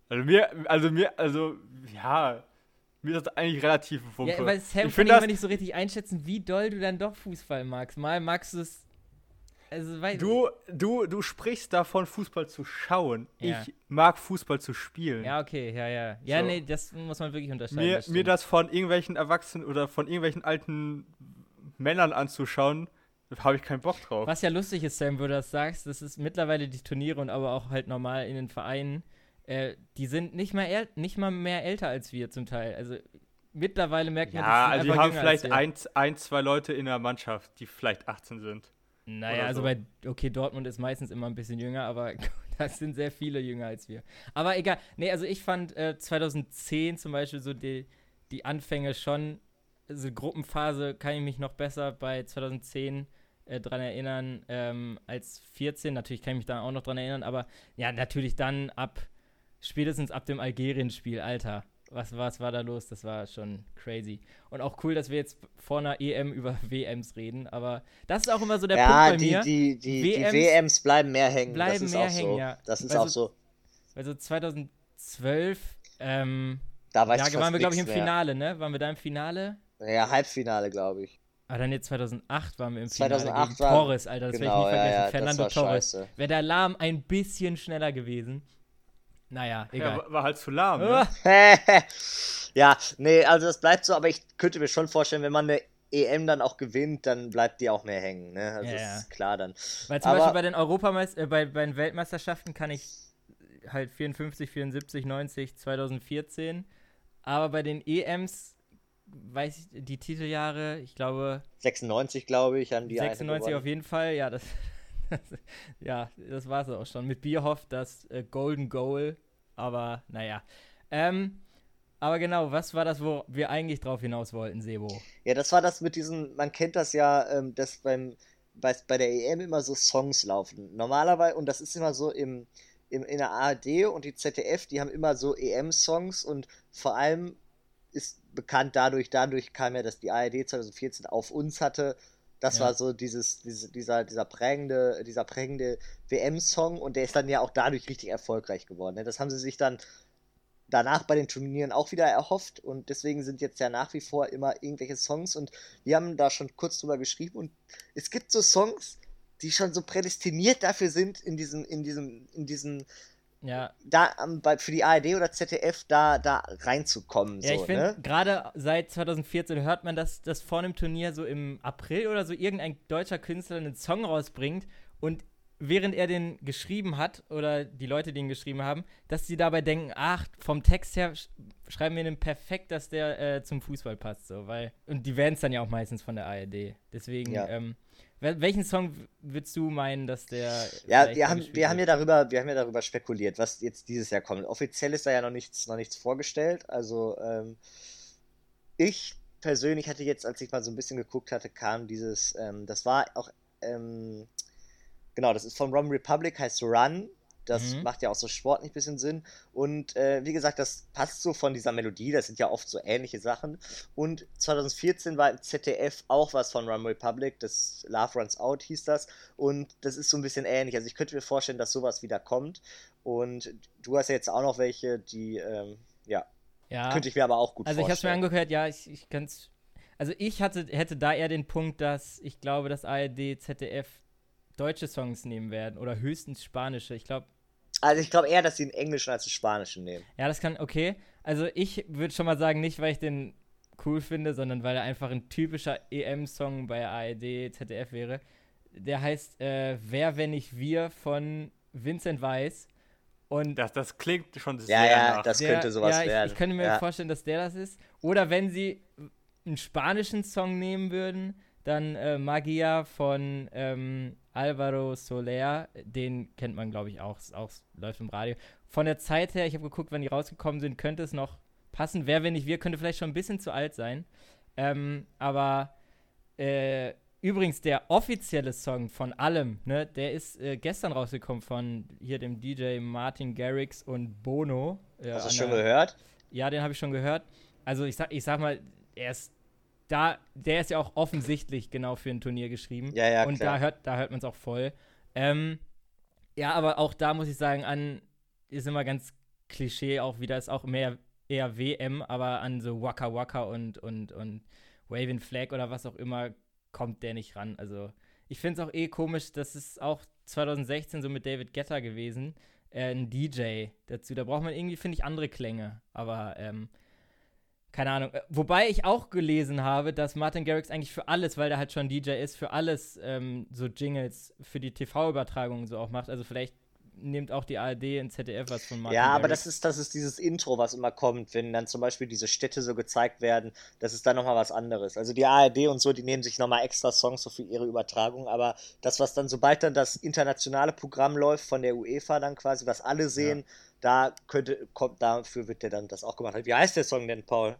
Mir ist das eigentlich relativ Wumpe. Ja, weil Sam kann ich immer nicht so richtig einschätzen, wie doll du dann doch Fußball magst. Mal magst du es. Also, du sprichst davon, Fußball zu schauen. Ja. Ich mag Fußball zu spielen. Ja, okay, ja. Ja, so. Nee, das muss man wirklich unterscheiden. Mir das von irgendwelchen Erwachsenen oder von irgendwelchen alten Männern anzuschauen, habe ich keinen Bock drauf. Was ja lustig ist, Sam, wo du das sagst, das ist mittlerweile die Turniere und aber auch halt normal in den Vereinen, die sind nicht mal mehr älter als wir zum Teil. Also mittlerweile merkt man, ja, also die haben vielleicht ein, zwei Leute in der Mannschaft, die vielleicht 18 sind. Naja, also Dortmund ist meistens immer ein bisschen jünger, aber das sind sehr viele jünger als wir. Aber egal. Nee, also ich fand 2010 zum Beispiel so die Anfänge schon, also Gruppenphase kann ich mich noch besser bei 2010 dran erinnern als 14. Natürlich kann ich mich da auch noch dran erinnern, aber ja, natürlich dann spätestens ab dem Algerien-Spiel, Alter. Was war da los? Das war schon crazy. Und auch cool, dass wir jetzt vor einer EM über WMs reden, aber das ist auch immer so der Punkt bei mir. Die WMs bleiben mehr hängen. Das ist auch so. Also 2012, da waren wir, glaube ich, im Finale, ne? Waren wir da im Finale? Ja, Halbfinale, glaube ich. Ah, dann jetzt 2008 waren wir im Finale 2008 gegen Torres, Alter, das werde ich nie vergessen. Ja, Fernando Torres. Wäre der Alarm ein bisschen schneller gewesen. Naja, egal. Ja, war halt zu lahm, ne? Ja, nee, also das bleibt so, aber ich könnte mir schon vorstellen, wenn man eine EM dann auch gewinnt, dann bleibt die auch mehr hängen, ne? Also das ist klar dann. Weil zum Beispiel bei den Weltmeisterschaften kann ich halt 54, 74, 90, 2014, aber bei den EMs weiß ich die Titeljahre, ich glaube 96, glaube ich, an die 96 auf jeden Fall, ja, das das war es auch schon. Mit Bierhoff das Golden Goal, aber naja. Aber genau, was war das, wo wir eigentlich drauf hinaus wollten, Sebo? Ja, das war das mit diesen, man kennt das ja, dass bei der EM immer so Songs laufen. Normalerweise, und das ist immer so in der ARD und die ZDF, die haben immer so EM-Songs und vor allem ist bekannt dadurch kam ja, dass die ARD 2014 auf uns hatte. Das war so dieser prägende WM-Song und der ist dann ja auch dadurch richtig erfolgreich geworden. Ne? Das haben sie sich dann danach bei den Turnieren auch wieder erhofft und deswegen sind jetzt ja nach wie vor immer irgendwelche Songs und wir haben da schon kurz drüber geschrieben und es gibt so Songs, die schon so prädestiniert dafür sind, in diesen für die ARD oder ZDF da reinzukommen. Ja, so, ich finde, gerade seit 2014 hört man, dass vor einem Turnier so im April oder so irgendein deutscher Künstler einen Song rausbringt und während er den geschrieben hat, oder die Leute, die ihn geschrieben haben, dass sie dabei denken, ach, vom Text her schreiben wir den perfekt, dass der zum Fußball passt, so, und die werden es dann ja auch meistens von der ARD. Deswegen, welchen Song würdest du meinen, dass der wir haben ja darüber spekuliert, was jetzt dieses Jahr kommt. Offiziell ist da ja noch nichts vorgestellt, also ich persönlich hatte jetzt, als ich mal so ein bisschen geguckt hatte, kam dieses, das war auch, genau, das ist von Rum Republic, heißt Run. Das macht ja auch so sportlich ein bisschen Sinn. Und wie gesagt, das passt so von dieser Melodie. Das sind ja oft so ähnliche Sachen. Und 2014 war im ZDF auch was von Rum Republic. Das Love Runs Out hieß das. Und das ist so ein bisschen ähnlich. Also ich könnte mir vorstellen, dass sowas wieder kommt. Und du hast ja jetzt auch noch welche, die, könnte ich mir aber auch gut vorstellen. Also ich habe es mir angehört, ja, ich kann es. Also ich hätte da eher den Punkt, dass ich glaube, dass ARD, ZDF deutsche Songs nehmen werden oder höchstens spanische. Ich glaube eher, dass sie den englischen als den spanischen nehmen. Ja, das kann, okay. Also ich würde schon mal sagen, nicht, weil ich den cool finde, sondern weil er einfach ein typischer EM-Song bei ARD, ZDF wäre. Der heißt Wer, wenn nicht wir von Vincent Weiss. Und das klingt schon sehr nach. Das könnte sowas werden. Ich könnte mir vorstellen, dass der das ist. Oder wenn sie einen spanischen Song nehmen würden, dann Magia von Alvaro Soler, den kennt man, glaube ich, auch läuft im Radio. Von der Zeit her, ich habe geguckt, wann die rausgekommen sind, könnte es noch passen. Wer, wenn nicht wir, könnte vielleicht schon ein bisschen zu alt sein. Aber übrigens, der offizielle Song von allem, ne, der ist gestern rausgekommen von hier dem DJ Martin Garrix und Bono. Hast du schon gehört? Ja, den habe ich schon gehört. Also ich sag mal, der ist ja auch offensichtlich genau für ein Turnier geschrieben. Ja, und klar. da hört man es auch voll. Ja, aber auch da muss ich sagen, ist immer ganz Klischee auch wieder, ist auch eher WM, aber an so Waka Waka und Waving Flag oder was auch immer kommt der nicht ran. Also ich finde es auch komisch, das ist auch 2016 so mit David Guetta gewesen, ein DJ dazu. Da braucht man irgendwie, finde ich, andere Klänge. Aber keine Ahnung. Wobei ich auch gelesen habe, dass Martin Garrix eigentlich für alles, weil der halt schon DJ ist, für alles so Jingles für die TV-Übertragungen so auch macht. Also vielleicht nimmt auch die ARD und ZDF was von Martin Garrix. Ja, aber das ist dieses Intro, was immer kommt, wenn dann zum Beispiel diese Städte so gezeigt werden, das ist dann nochmal was anderes. Also die ARD und so, die nehmen sich nochmal extra Songs so für ihre Übertragung, aber das, was dann, sobald dann das internationale Programm läuft von der UEFA dann quasi, was alle sehen, dafür wird der dann das auch gemacht. Wie heißt der Song denn, Paul?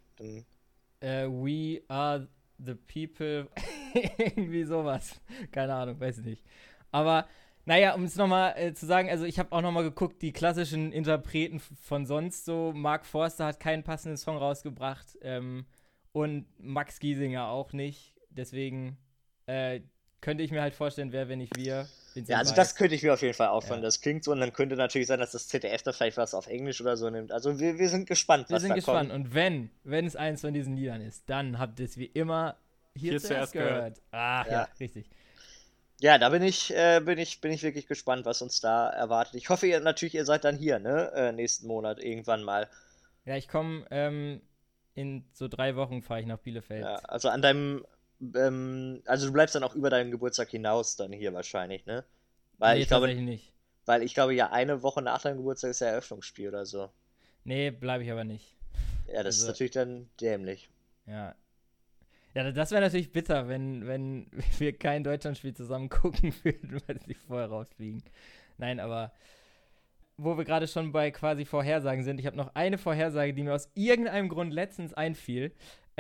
We are the people. Irgendwie sowas. Keine Ahnung, weiß ich nicht. Aber, naja, um es nochmal zu sagen, also ich habe auch nochmal geguckt, die klassischen Interpreten von sonst so. Mark Forster hat keinen passenden Song rausgebracht und Max Giesinger auch nicht. Deswegen könnte ich mir halt vorstellen, wer, wenn nicht wir. Ja, also das könnte ich mir auf jeden Fall auch von. Das klingt so, und dann könnte natürlich sein, dass das ZDF da vielleicht was auf Englisch oder so nimmt. Also wir sind gespannt, was da kommt. Wir sind gespannt. Und wenn es eins von diesen Liedern ist, dann habt ihr es wie immer hier zuerst gehört. Ach ja, richtig. Ja, da bin ich wirklich gespannt, was uns da erwartet. Ich hoffe, ihr seid dann hier, ne? Nächsten Monat irgendwann mal. Ja, ich komme in so 3 Wochen fahre ich nach Bielefeld. Ja, also an deinem also du bleibst dann auch über deinen Geburtstag hinaus dann hier wahrscheinlich, ne? Nee, tatsächlich nicht. Weil ich glaube, ja, eine Woche nach deinem Geburtstag ist ja Eröffnungsspiel oder so. Nee, bleibe ich aber nicht. Ja, das ist natürlich dann dämlich. Ja. Ja, das wäre natürlich bitter, wenn wir kein Deutschlandspiel zusammen gucken würden, weil sie vorher rausfliegen. Nein, aber wo wir gerade schon bei quasi Vorhersagen sind, ich habe noch eine Vorhersage, die mir aus irgendeinem Grund letztens einfiel.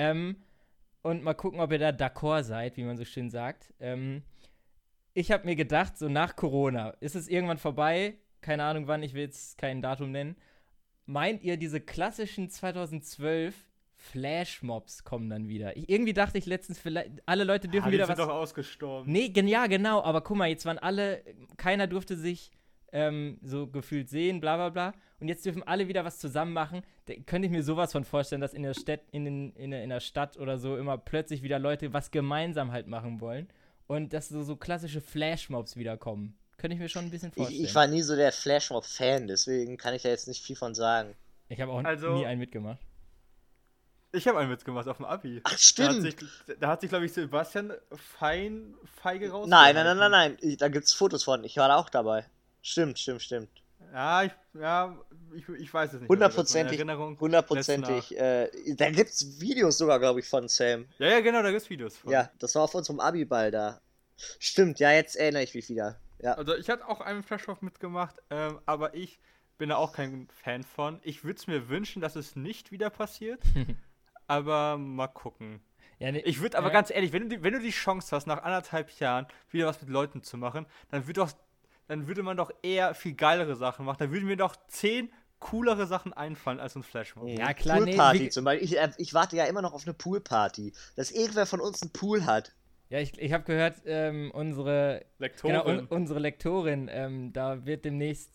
Und mal gucken, ob ihr da d'accord seid, wie man so schön sagt. Ich habe mir gedacht, so nach Corona, ist es irgendwann vorbei? Keine Ahnung wann, ich will jetzt kein Datum nennen. Meint ihr, diese klassischen 2012 Flashmobs kommen dann wieder? Irgendwie dachte ich letztens, vielleicht alle Leute dürfen wieder was... Die sind doch ausgestorben. Nee, ja, genau. Aber guck mal, jetzt waren alle... Keiner durfte sich so gefühlt sehen, bla bla bla. Und jetzt dürfen alle wieder was zusammen machen. Da könnte ich mir sowas von vorstellen, dass in der Stadt oder so immer plötzlich wieder Leute was gemeinsam halt machen wollen. Und dass so klassische Flashmobs wiederkommen. Könnte ich mir schon ein bisschen vorstellen. Ich war nie so der Flashmob-Fan, deswegen kann ich da jetzt nicht viel von sagen. Ich habe auch nie einen mitgemacht. Ich habe einen Witz gemacht auf dem Abi. Ach, stimmt. Da hat sich glaube ich, Sebastian Feige raus. Nein. Da gibt's Fotos von. Ich war da auch dabei. Stimmt. Ja, ich weiß es nicht. Hundertprozentig. Da gibt's Videos sogar, glaube ich, von Sam. Ja, genau, da gibt's Videos von. Ja, das war auf unserem Abi-Ball da. Stimmt, ja, jetzt erinnere ich mich wieder. Ja. Also ich hatte auch einen Flashmob mitgemacht, aber ich bin da auch kein Fan von. Ich würde es mir wünschen, dass es nicht wieder passiert, aber mal gucken. Ja, nee, Ich würde aber ganz ehrlich, wenn du die Chance hast, nach 1,5 Jahren wieder was mit Leuten zu machen, dann würde man doch eher viel geilere Sachen machen. Dann würden mir doch 10 coolere Sachen einfallen als ein Flashmob. Ja, klar, Poolparty zum Beispiel. Ich warte ja immer noch auf eine Poolparty. Dass irgendwer von uns einen Pool hat. Ja, ich habe gehört, unsere Lektorin. unsere Lektorin, da wird demnächst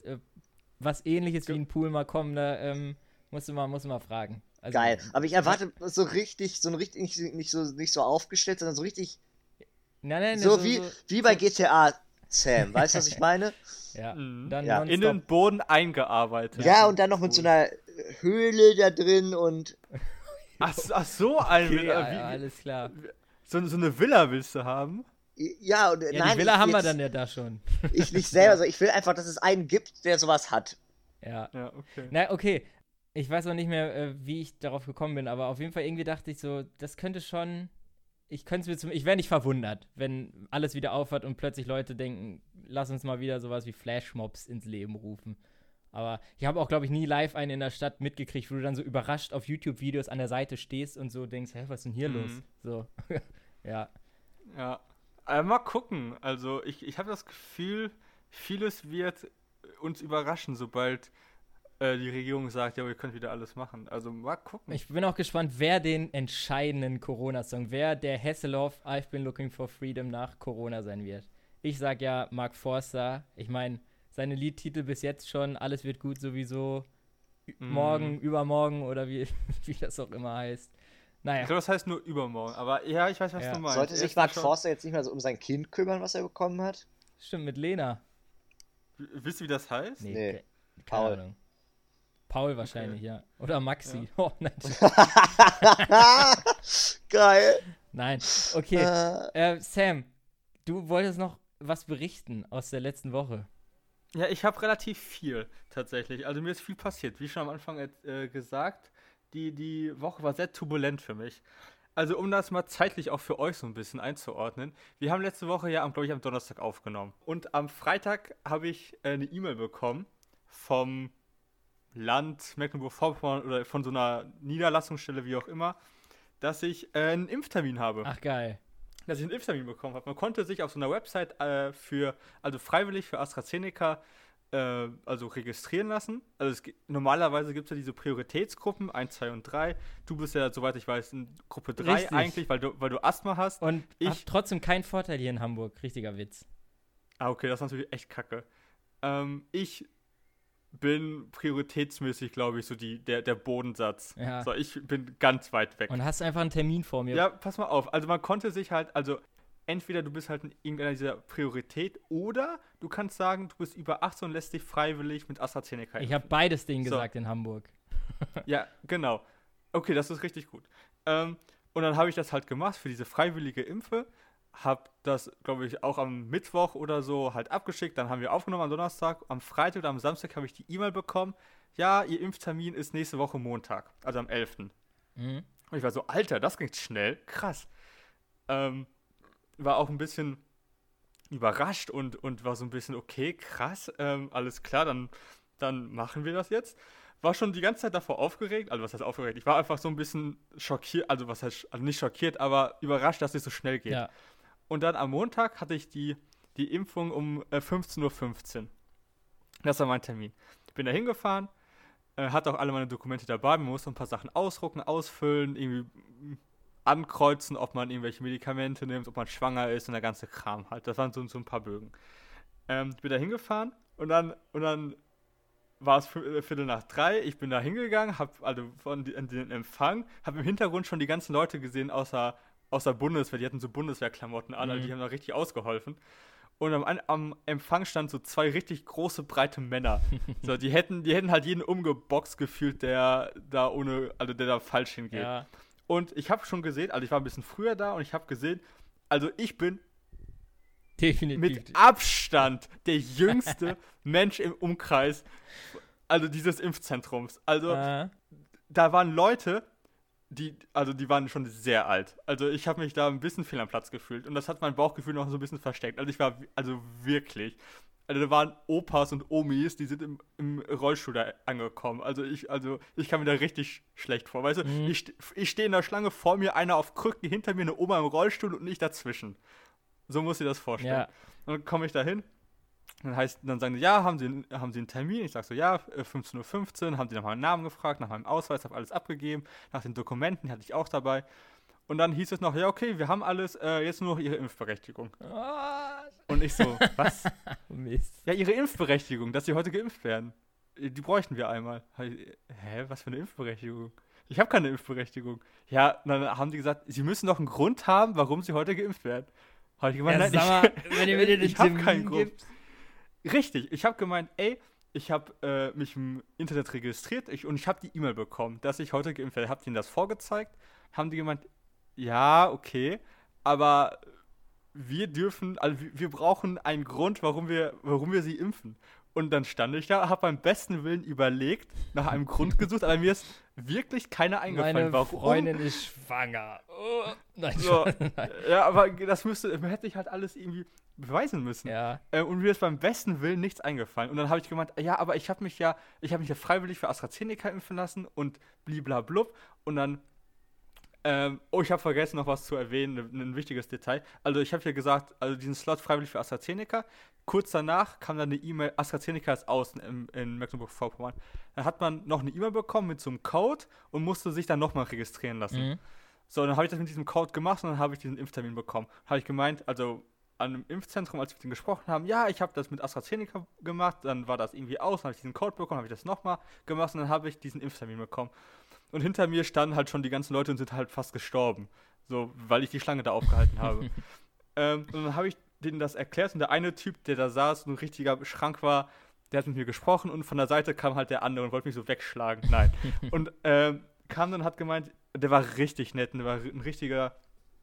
was Ähnliches wie ein Pool mal kommen. Da musst du mal fragen. Also, Geil. Aber ich erwarte so richtig nicht so aufgestellt, sondern so richtig Nein, so wie bei GTA, Sam. Weißt du, was ich meine? Ja, Mhm. dann Ja. nonstop. In den Boden eingearbeitet. Ja, und dann noch mit so einer Höhle da drin und Ach so ein Okay, Villa. alles klar. So eine Villa willst du haben? ja, und Ja, nein, die Villa haben wir jetzt- dann ja da schon. Ich nicht selber, sondern ich will einfach, dass es einen gibt, der sowas hat. Ja. Ja, okay. Na, okay. Ich weiß noch nicht mehr, wie ich darauf gekommen bin, aber auf jeden Fall irgendwie dachte ich so, das könnte schon. Ich wäre nicht verwundert, wenn alles wieder aufhört und plötzlich Leute denken, lass uns mal wieder sowas wie Flashmobs ins Leben rufen. Aber ich habe auch, glaube ich, nie live einen in der Stadt mitgekriegt, wo du dann so überrascht auf YouTube-Videos an der Seite stehst und so denkst, hä, was ist denn hier los? So, ja. Ja. Mal gucken. Also ich habe das Gefühl, vieles wird uns überraschen, sobald die Regierung sagt, ja, ihr könnt wieder alles machen. Also mal gucken. Ich bin auch gespannt, wer den entscheidenden Corona-Song, wer der Hasselhoff I've Been Looking for Freedom nach Corona sein wird. Ich sag ja Mark Forster. Ich meine, seine Liedtitel bis jetzt schon, alles wird gut sowieso, morgen, übermorgen oder wie das auch immer heißt. Naja. Ich glaube, das heißt nur übermorgen. Aber ja, ich weiß, was Ja. du meinst. Sollte Er sich ist da Mark schon- Forster jetzt nicht mehr so um sein Kind kümmern, was er bekommen hat? Stimmt, mit Lena. Wisst ihr, wie das heißt? Nee. keine Paul. Ahnung. Paul wahrscheinlich, ja. Oder Maxi. Oh, nein. Geil. Nein. Okay. Sam, du wolltest noch was berichten aus der letzten Woche. Ja, ich habe relativ viel tatsächlich. Also mir ist viel passiert. Wie schon am Anfang gesagt, die Woche war sehr turbulent für mich. Also um das mal zeitlich auch für euch so ein bisschen einzuordnen. Wir haben letzte Woche ja, glaube ich, am Donnerstag aufgenommen. Und am Freitag habe ich eine E-Mail bekommen vom Land Mecklenburg-Vorpommern oder von so einer Niederlassungsstelle, wie auch immer, dass ich einen Impftermin habe. Ach, geil. Dass ich einen Impftermin bekommen habe. Man konnte sich auf so einer Website freiwillig für AstraZeneca also registrieren lassen. Also normalerweise gibt es ja diese Prioritätsgruppen, 1, 2 und 3. Du bist ja, soweit ich weiß, in Gruppe 3 Richtig. eigentlich, weil du Asthma hast. Und Ich- hab trotzdem keinen Vorteil hier in Hamburg. Richtiger Witz. Okay, das ist natürlich echt kacke. Ich bin prioritätsmäßig, glaube ich, so der Bodensatz. Ja. So, ich bin ganz weit weg. Und hast einfach einen Termin vor mir. Ja, pass mal auf. Also man konnte sich halt, also entweder du bist halt in irgendeiner dieser Priorität oder du kannst sagen, du bist über 18 und lässt dich freiwillig mit AstraZeneca Ich habe beides denen So. gesagt in Hamburg. Ja, genau. Okay, das ist richtig gut. Und dann habe ich das halt gemacht für diese freiwillige Impfe. Hab das, glaube ich, auch am Mittwoch oder so halt abgeschickt. Dann haben wir aufgenommen am Donnerstag. Am Freitag oder am Samstag habe ich die E-Mail bekommen. Ja, ihr Impftermin ist nächste Woche Montag, also am 11. Mhm. Und ich war so, Alter, das ging schnell. Krass. War auch ein bisschen überrascht und war so ein bisschen, okay, krass, alles klar, dann machen wir das jetzt. War schon die ganze Zeit davor aufgeregt, also was heißt aufgeregt? Ich war einfach so ein bisschen schockiert, also nicht schockiert, aber überrascht, dass es so schnell geht. Ja. Und dann am Montag hatte ich die Impfung um 15:15 Uhr. Das war mein Termin. Ich bin da hingefahren, hatte auch alle meine Dokumente dabei, man musste ein paar Sachen ausdrucken, ausfüllen, irgendwie ankreuzen, ob man irgendwelche Medikamente nimmt, ob man schwanger ist und der ganze Kram halt. Das waren so ein paar Bögen. Ich bin da hingefahren und dann war es 2:45. Ich bin da hingegangen, hab also den Empfang, habe im Hintergrund schon die ganzen Leute gesehen aus der Bundeswehr, die hatten so Bundeswehrklamotten an, also die haben da richtig ausgeholfen. Und am Empfang standen so 2 richtig große, breite Männer. So, die hätten halt jeden umgeboxt gefühlt, der da falsch hingeht. Ja. Und ich habe schon gesehen, also ich war ein bisschen früher da und ich habe gesehen, also ich bin Definitiv. mit Abstand der jüngste Mensch im Umkreis, also dieses Impfzentrums. Also da waren Leute, die waren schon sehr alt. Also ich habe mich da ein bisschen fehl am Platz gefühlt und das hat mein Bauchgefühl noch so ein bisschen versteckt. Also ich war, also wirklich, also da waren Opas und Omis, die sind im Rollstuhl da angekommen. Also ich kam mir da richtig schlecht vor. Weißt du, ich stehe in der Schlange, vor mir einer auf Krücken, hinter mir eine Oma im Rollstuhl und ich dazwischen. So muss ich das vorstellen. Ja. Und dann komme ich da hin. Dann sagen die, ja, haben Sie einen Termin? Ich sage so, ja, 15:15 Uhr, haben die nach meinem Namen gefragt, nach meinem Ausweis, habe alles abgegeben, nach den Dokumenten, die hatte ich auch dabei. Und dann hieß es noch, ja, okay, wir haben alles, jetzt nur noch Ihre Impfberechtigung. Und ich so, was? Mist. Ja, Ihre Impfberechtigung, dass Sie heute geimpft werden. Die bräuchten wir einmal. Hä, was für eine Impfberechtigung? Ich habe keine Impfberechtigung. Ja, dann haben die gesagt, Sie müssen doch einen Grund haben, warum Sie heute geimpft werden. Habe ich gemeint, Ja, nein, wenn ihr mir den ich habe keinen Termin Grund. gibt. Richtig, ich habe gemeint, ey, ich habe mich im Internet registriert und ich habe die E-Mail bekommen, dass ich heute geimpft werde. Habe denen das vorgezeigt, haben die gemeint, ja, okay, aber wir brauchen einen Grund, warum wir sie impfen. Und dann stand ich da, habe beim besten Willen überlegt, nach einem Grund gesucht, aber mir ist wirklich keiner eingefallen. Meine Freundin ist schwanger. Oh, nein, so, ja, aber das hätte ich halt alles irgendwie beweisen müssen. Ja. Und mir ist beim besten Willen nichts eingefallen. Und dann habe ich gemeint, ja, aber ich habe mich ja freiwillig für AstraZeneca impfen lassen und bliblablub. Und dann, ich habe vergessen, noch was zu erwähnen, ein wichtiges Detail. Also ich habe ja gesagt, also diesen Slot freiwillig für AstraZeneca. Kurz danach kam dann eine E-Mail, AstraZeneca ist außen in Mecklenburg-Vorpommern. Dann hat man noch eine E-Mail bekommen mit so einem Code und musste sich dann nochmal registrieren lassen. Mhm. So, dann habe ich das mit diesem Code gemacht und dann habe ich diesen Impftermin bekommen. Habe ich gemeint, also an einem Impfzentrum, als wir mit denen gesprochen haben, ja, ich habe das mit AstraZeneca gemacht, dann war das irgendwie aus, dann habe ich diesen Code bekommen, habe ich das nochmal gemacht und dann habe ich diesen Impftermin bekommen. Und hinter mir standen halt schon die ganzen Leute und sind halt fast gestorben, so, weil ich die Schlange da aufgehalten habe. Und dann habe ich denen das erklärt und der eine Typ, der da saß, ein richtiger Schrank war, der hat mit mir gesprochen und von der Seite kam halt der andere und wollte mich so wegschlagen. Nein. Und kam dann, hat gemeint, der war richtig nett, der war ein richtiger,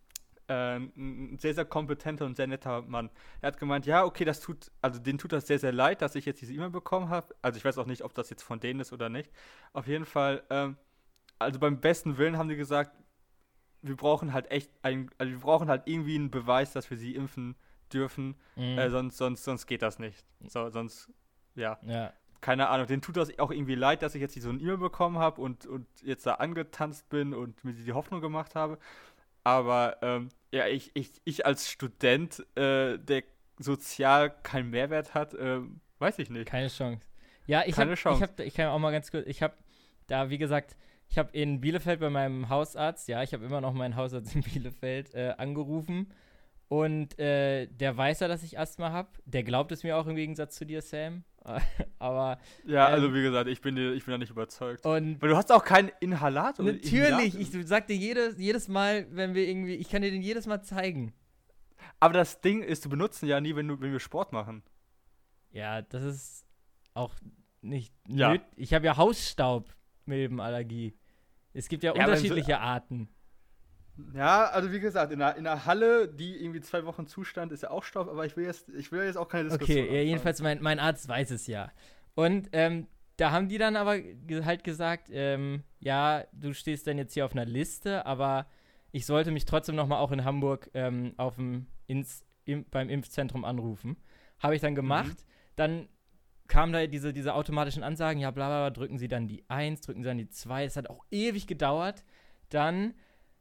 ein sehr, sehr kompetenter und sehr netter Mann. Er hat gemeint, ja, okay, denen tut das sehr, sehr leid, dass ich jetzt diese E-Mail bekommen habe. Also ich weiß auch nicht, ob das jetzt von denen ist oder nicht. Auf jeden Fall, also beim besten Willen haben die gesagt, wir brauchen halt wir brauchen halt irgendwie einen Beweis, dass wir sie impfen dürfen, sonst geht das nicht. So, sonst, ja. Keine Ahnung, denen tut das auch irgendwie leid, dass ich jetzt so eine E-Mail bekommen habe und jetzt da angetanzt bin und mir die Hoffnung gemacht habe. Aber ja, ich als Student, der sozial keinen Mehrwert hat, weiß ich nicht. Keine Chance. Ja, ich kann auch mal ganz kurz, ich habe da, wie gesagt, ich habe in Bielefeld bei meinem Hausarzt, ja, ich habe immer noch meinen Hausarzt in Bielefeld angerufen und der weiß ja, dass ich Asthma habe. Der glaubt es mir auch im Gegensatz zu dir, Sam. Aber ja, also wie gesagt, ich bin da nicht überzeugt. Und weil du hast auch keinen Inhalator. Natürlich, ich sag dir jedes Mal, wenn wir irgendwie, ich kann dir den jedes Mal zeigen. Aber das Ding ist, du benutzt ihn ja nie, wenn wir Sport machen. Ja, das ist auch nicht ja. Ich habe ja Hausstaubmilbenallergie. Es gibt ja unterschiedliche Arten. Ja, also wie gesagt, in einer Halle, die irgendwie 2 Wochen Zustand, ist ja auch Staub, aber ich will jetzt auch keine Diskussion Okay, ja, jedenfalls mein Arzt weiß es ja. Und da haben die dann aber halt gesagt, ja, du stehst dann jetzt hier auf einer Liste, aber ich sollte mich trotzdem nochmal auch in Hamburg beim Impfzentrum anrufen. Habe ich dann gemacht. Dann kamen da diese automatischen Ansagen, ja, bla bla bla, drücken Sie dann die 1, drücken Sie dann die 2. Es hat auch ewig gedauert. Dann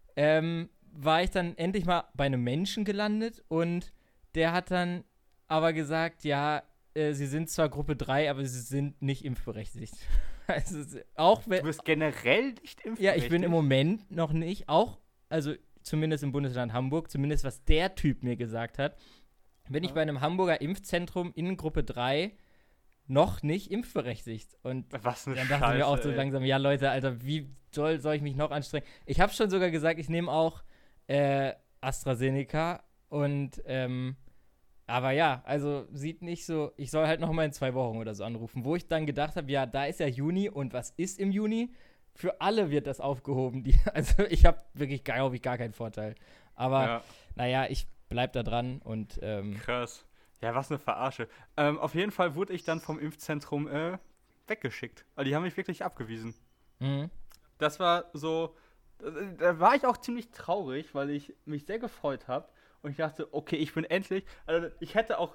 war ich dann endlich mal bei einem Menschen gelandet und der hat dann aber gesagt, ja, Sie sind zwar Gruppe 3, aber Sie sind nicht impfberechtigt. Also, auch wenn, du bist generell nicht impfberechtigt? Ja, ich bin im Moment noch nicht, also zumindest im Bundesland Hamburg, zumindest was der Typ mir gesagt hat, bin ich bei einem Hamburger Impfzentrum in Gruppe 3 noch nicht impfberechtigt. Und was eine dann dachte ich mir auch so langsam, ja Leute, Alter, wie soll ich mich noch anstrengen? Ich habe schon sogar gesagt, ich nehme auch AstraZeneca und aber ja, also sieht nicht so, ich soll halt noch mal in 2 Wochen oder so anrufen, wo ich dann gedacht habe, ja, da ist ja Juni und was ist im Juni? für alle wird das aufgehoben. Also ich habe wirklich, glaube ich, gar keinen Vorteil. Aber Ja, naja, ich bleib da dran und krass. Ja, was eine Verarsche. Auf jeden Fall wurde ich dann vom Impfzentrum weggeschickt. Weil die haben mich wirklich abgewiesen. Das war so, da war ich auch ziemlich traurig, weil ich mich sehr gefreut habe. Und ich dachte, okay, ich bin endlich, also ich hätte auch,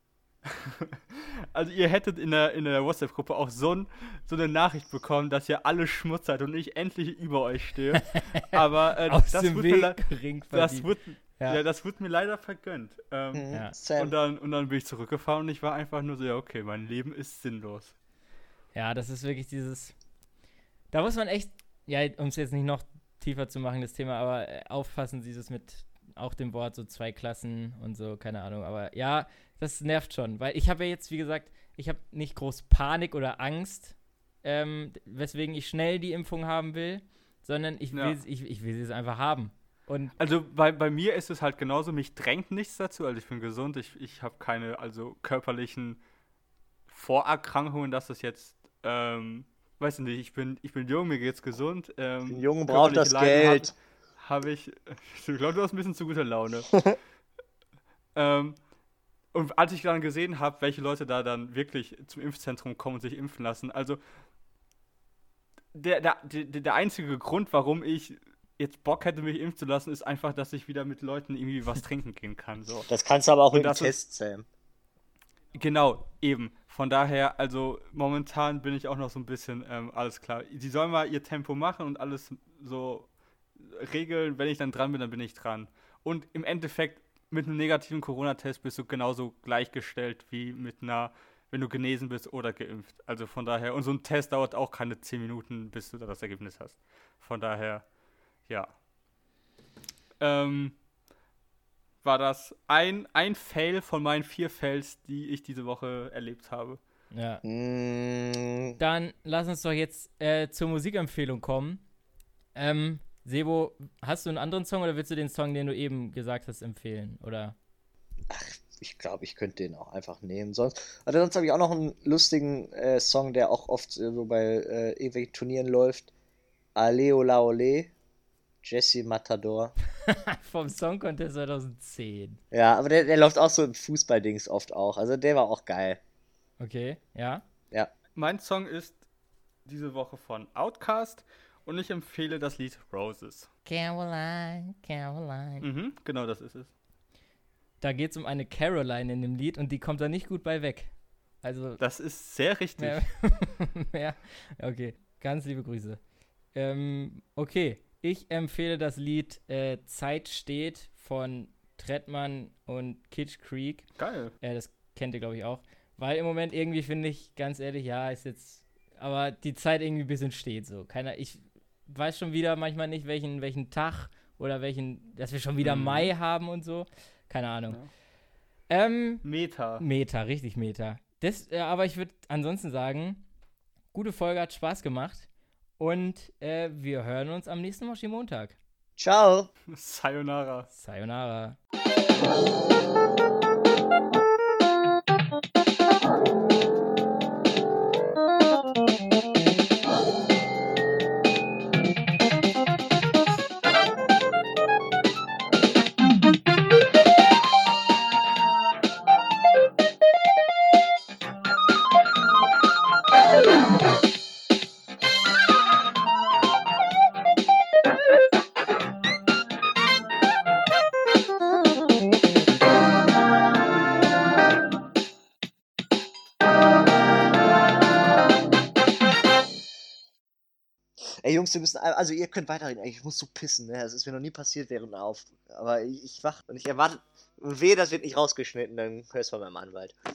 also ihr hättet in der WhatsApp-Gruppe auch so eine Nachricht bekommen, dass ihr alle Schmutz seid und ich endlich über euch stehe. Aber aus das dem wurde mir Weg geringt das wurde, Ja. das wurde mir leider vergönnt. Ja. Sam. Und dann bin ich zurückgefahren und ich war einfach nur so, ja okay, mein Leben ist sinnlos. Ja, das ist wirklich dieses. Da muss man echt, ja, um es jetzt nicht noch tiefer zu machen, das Thema, aber aufpassen, dieses mit auch dem Wort so 2 Klassen und so, keine Ahnung. Aber ja, das nervt schon, weil ich habe ja jetzt, wie gesagt, ich habe nicht groß Panik oder Angst, weswegen ich schnell die Impfung haben will, sondern ich will sie jetzt einfach haben. Und Also bei mir ist es halt genauso, mich drängt nichts dazu, also ich bin gesund, ich habe keine körperlichen Vorerkrankungen, dass es jetzt, weiß nicht, ich bin jung, mir geht's gesund. Den Jungen braucht das körperliche Leiden Geld. Habe ich glaube, du hast ein bisschen zu guter Laune. Und als ich dann gesehen habe, welche Leute da dann wirklich zum Impfzentrum kommen und sich impfen lassen, also der einzige Grund, warum ich jetzt Bock hätte, mich impfen zu lassen, ist einfach, dass ich wieder mit Leuten irgendwie was trinken gehen kann. So. Das kannst du aber auch Und mit dem das Test, Sam. Genau, eben. Von daher, also momentan bin ich auch noch so ein bisschen, alles klar. Die sollen mal ihr Tempo machen und alles so regeln. Wenn ich dann dran bin, dann bin ich dran. Und im Endeffekt, mit einem negativen Corona-Test bist du genauso gleichgestellt wie wenn du genesen bist oder geimpft. Also von daher, und so ein Test dauert auch keine 10 Minuten, bis du da das Ergebnis hast. Von daher, ja. War das ein Fail von meinen 4 Fails, die ich diese Woche erlebt habe. ja. Mm, Dann lass uns doch jetzt zur Musikempfehlung kommen. Sebo, hast du einen anderen Song oder willst du den Song, den du eben gesagt hast, empfehlen? Oder? ich glaube, ich könnte den auch einfach nehmen. Sonst habe ich auch noch einen lustigen Song, der auch oft so bei irgendwelchen Turnieren läuft. Ale Ola Ole, Jesse Matador. Vom Song Contest 2010. Ja, aber der läuft auch so im Fußballdings oft auch. Also der war auch geil. Okay, ja. Ja. Mein Song ist diese Woche von Outkast und ich empfehle das Lied Roses. Caroline, Caroline. Genau, das ist es. Da geht es um eine Caroline in dem Lied und die kommt da nicht gut bei weg. Also, Das ist sehr richtig. mehr. Okay, ganz liebe Grüße. Okay, ich empfehle das Lied Zeit steht von Trettmann und Kitsch Creek. Geil. Das kennt ihr, glaube ich, auch. Weil im Moment irgendwie finde ich, ganz ehrlich, ja, ist jetzt, aber die Zeit irgendwie ein bisschen steht so. Ich weiß schon wieder manchmal nicht, welchen Tag oder dass wir schon wieder Mai haben und so. Keine Ahnung. Ja. Meta. Meta, richtig Meta. Aber ich würde ansonsten sagen, gute Folge, hat Spaß gemacht. Und wir hören uns am nächsten Montag. Ciao. Sayonara. Sayonara. Ey Jungs, also ihr könnt weiterreden. Ey, ich muss so pissen, ne? Das ist mir noch nie passiert während aber ich wach und ich erwarte, und wehe, das wird nicht rausgeschnitten, dann hörst du bei meinem Anwalt.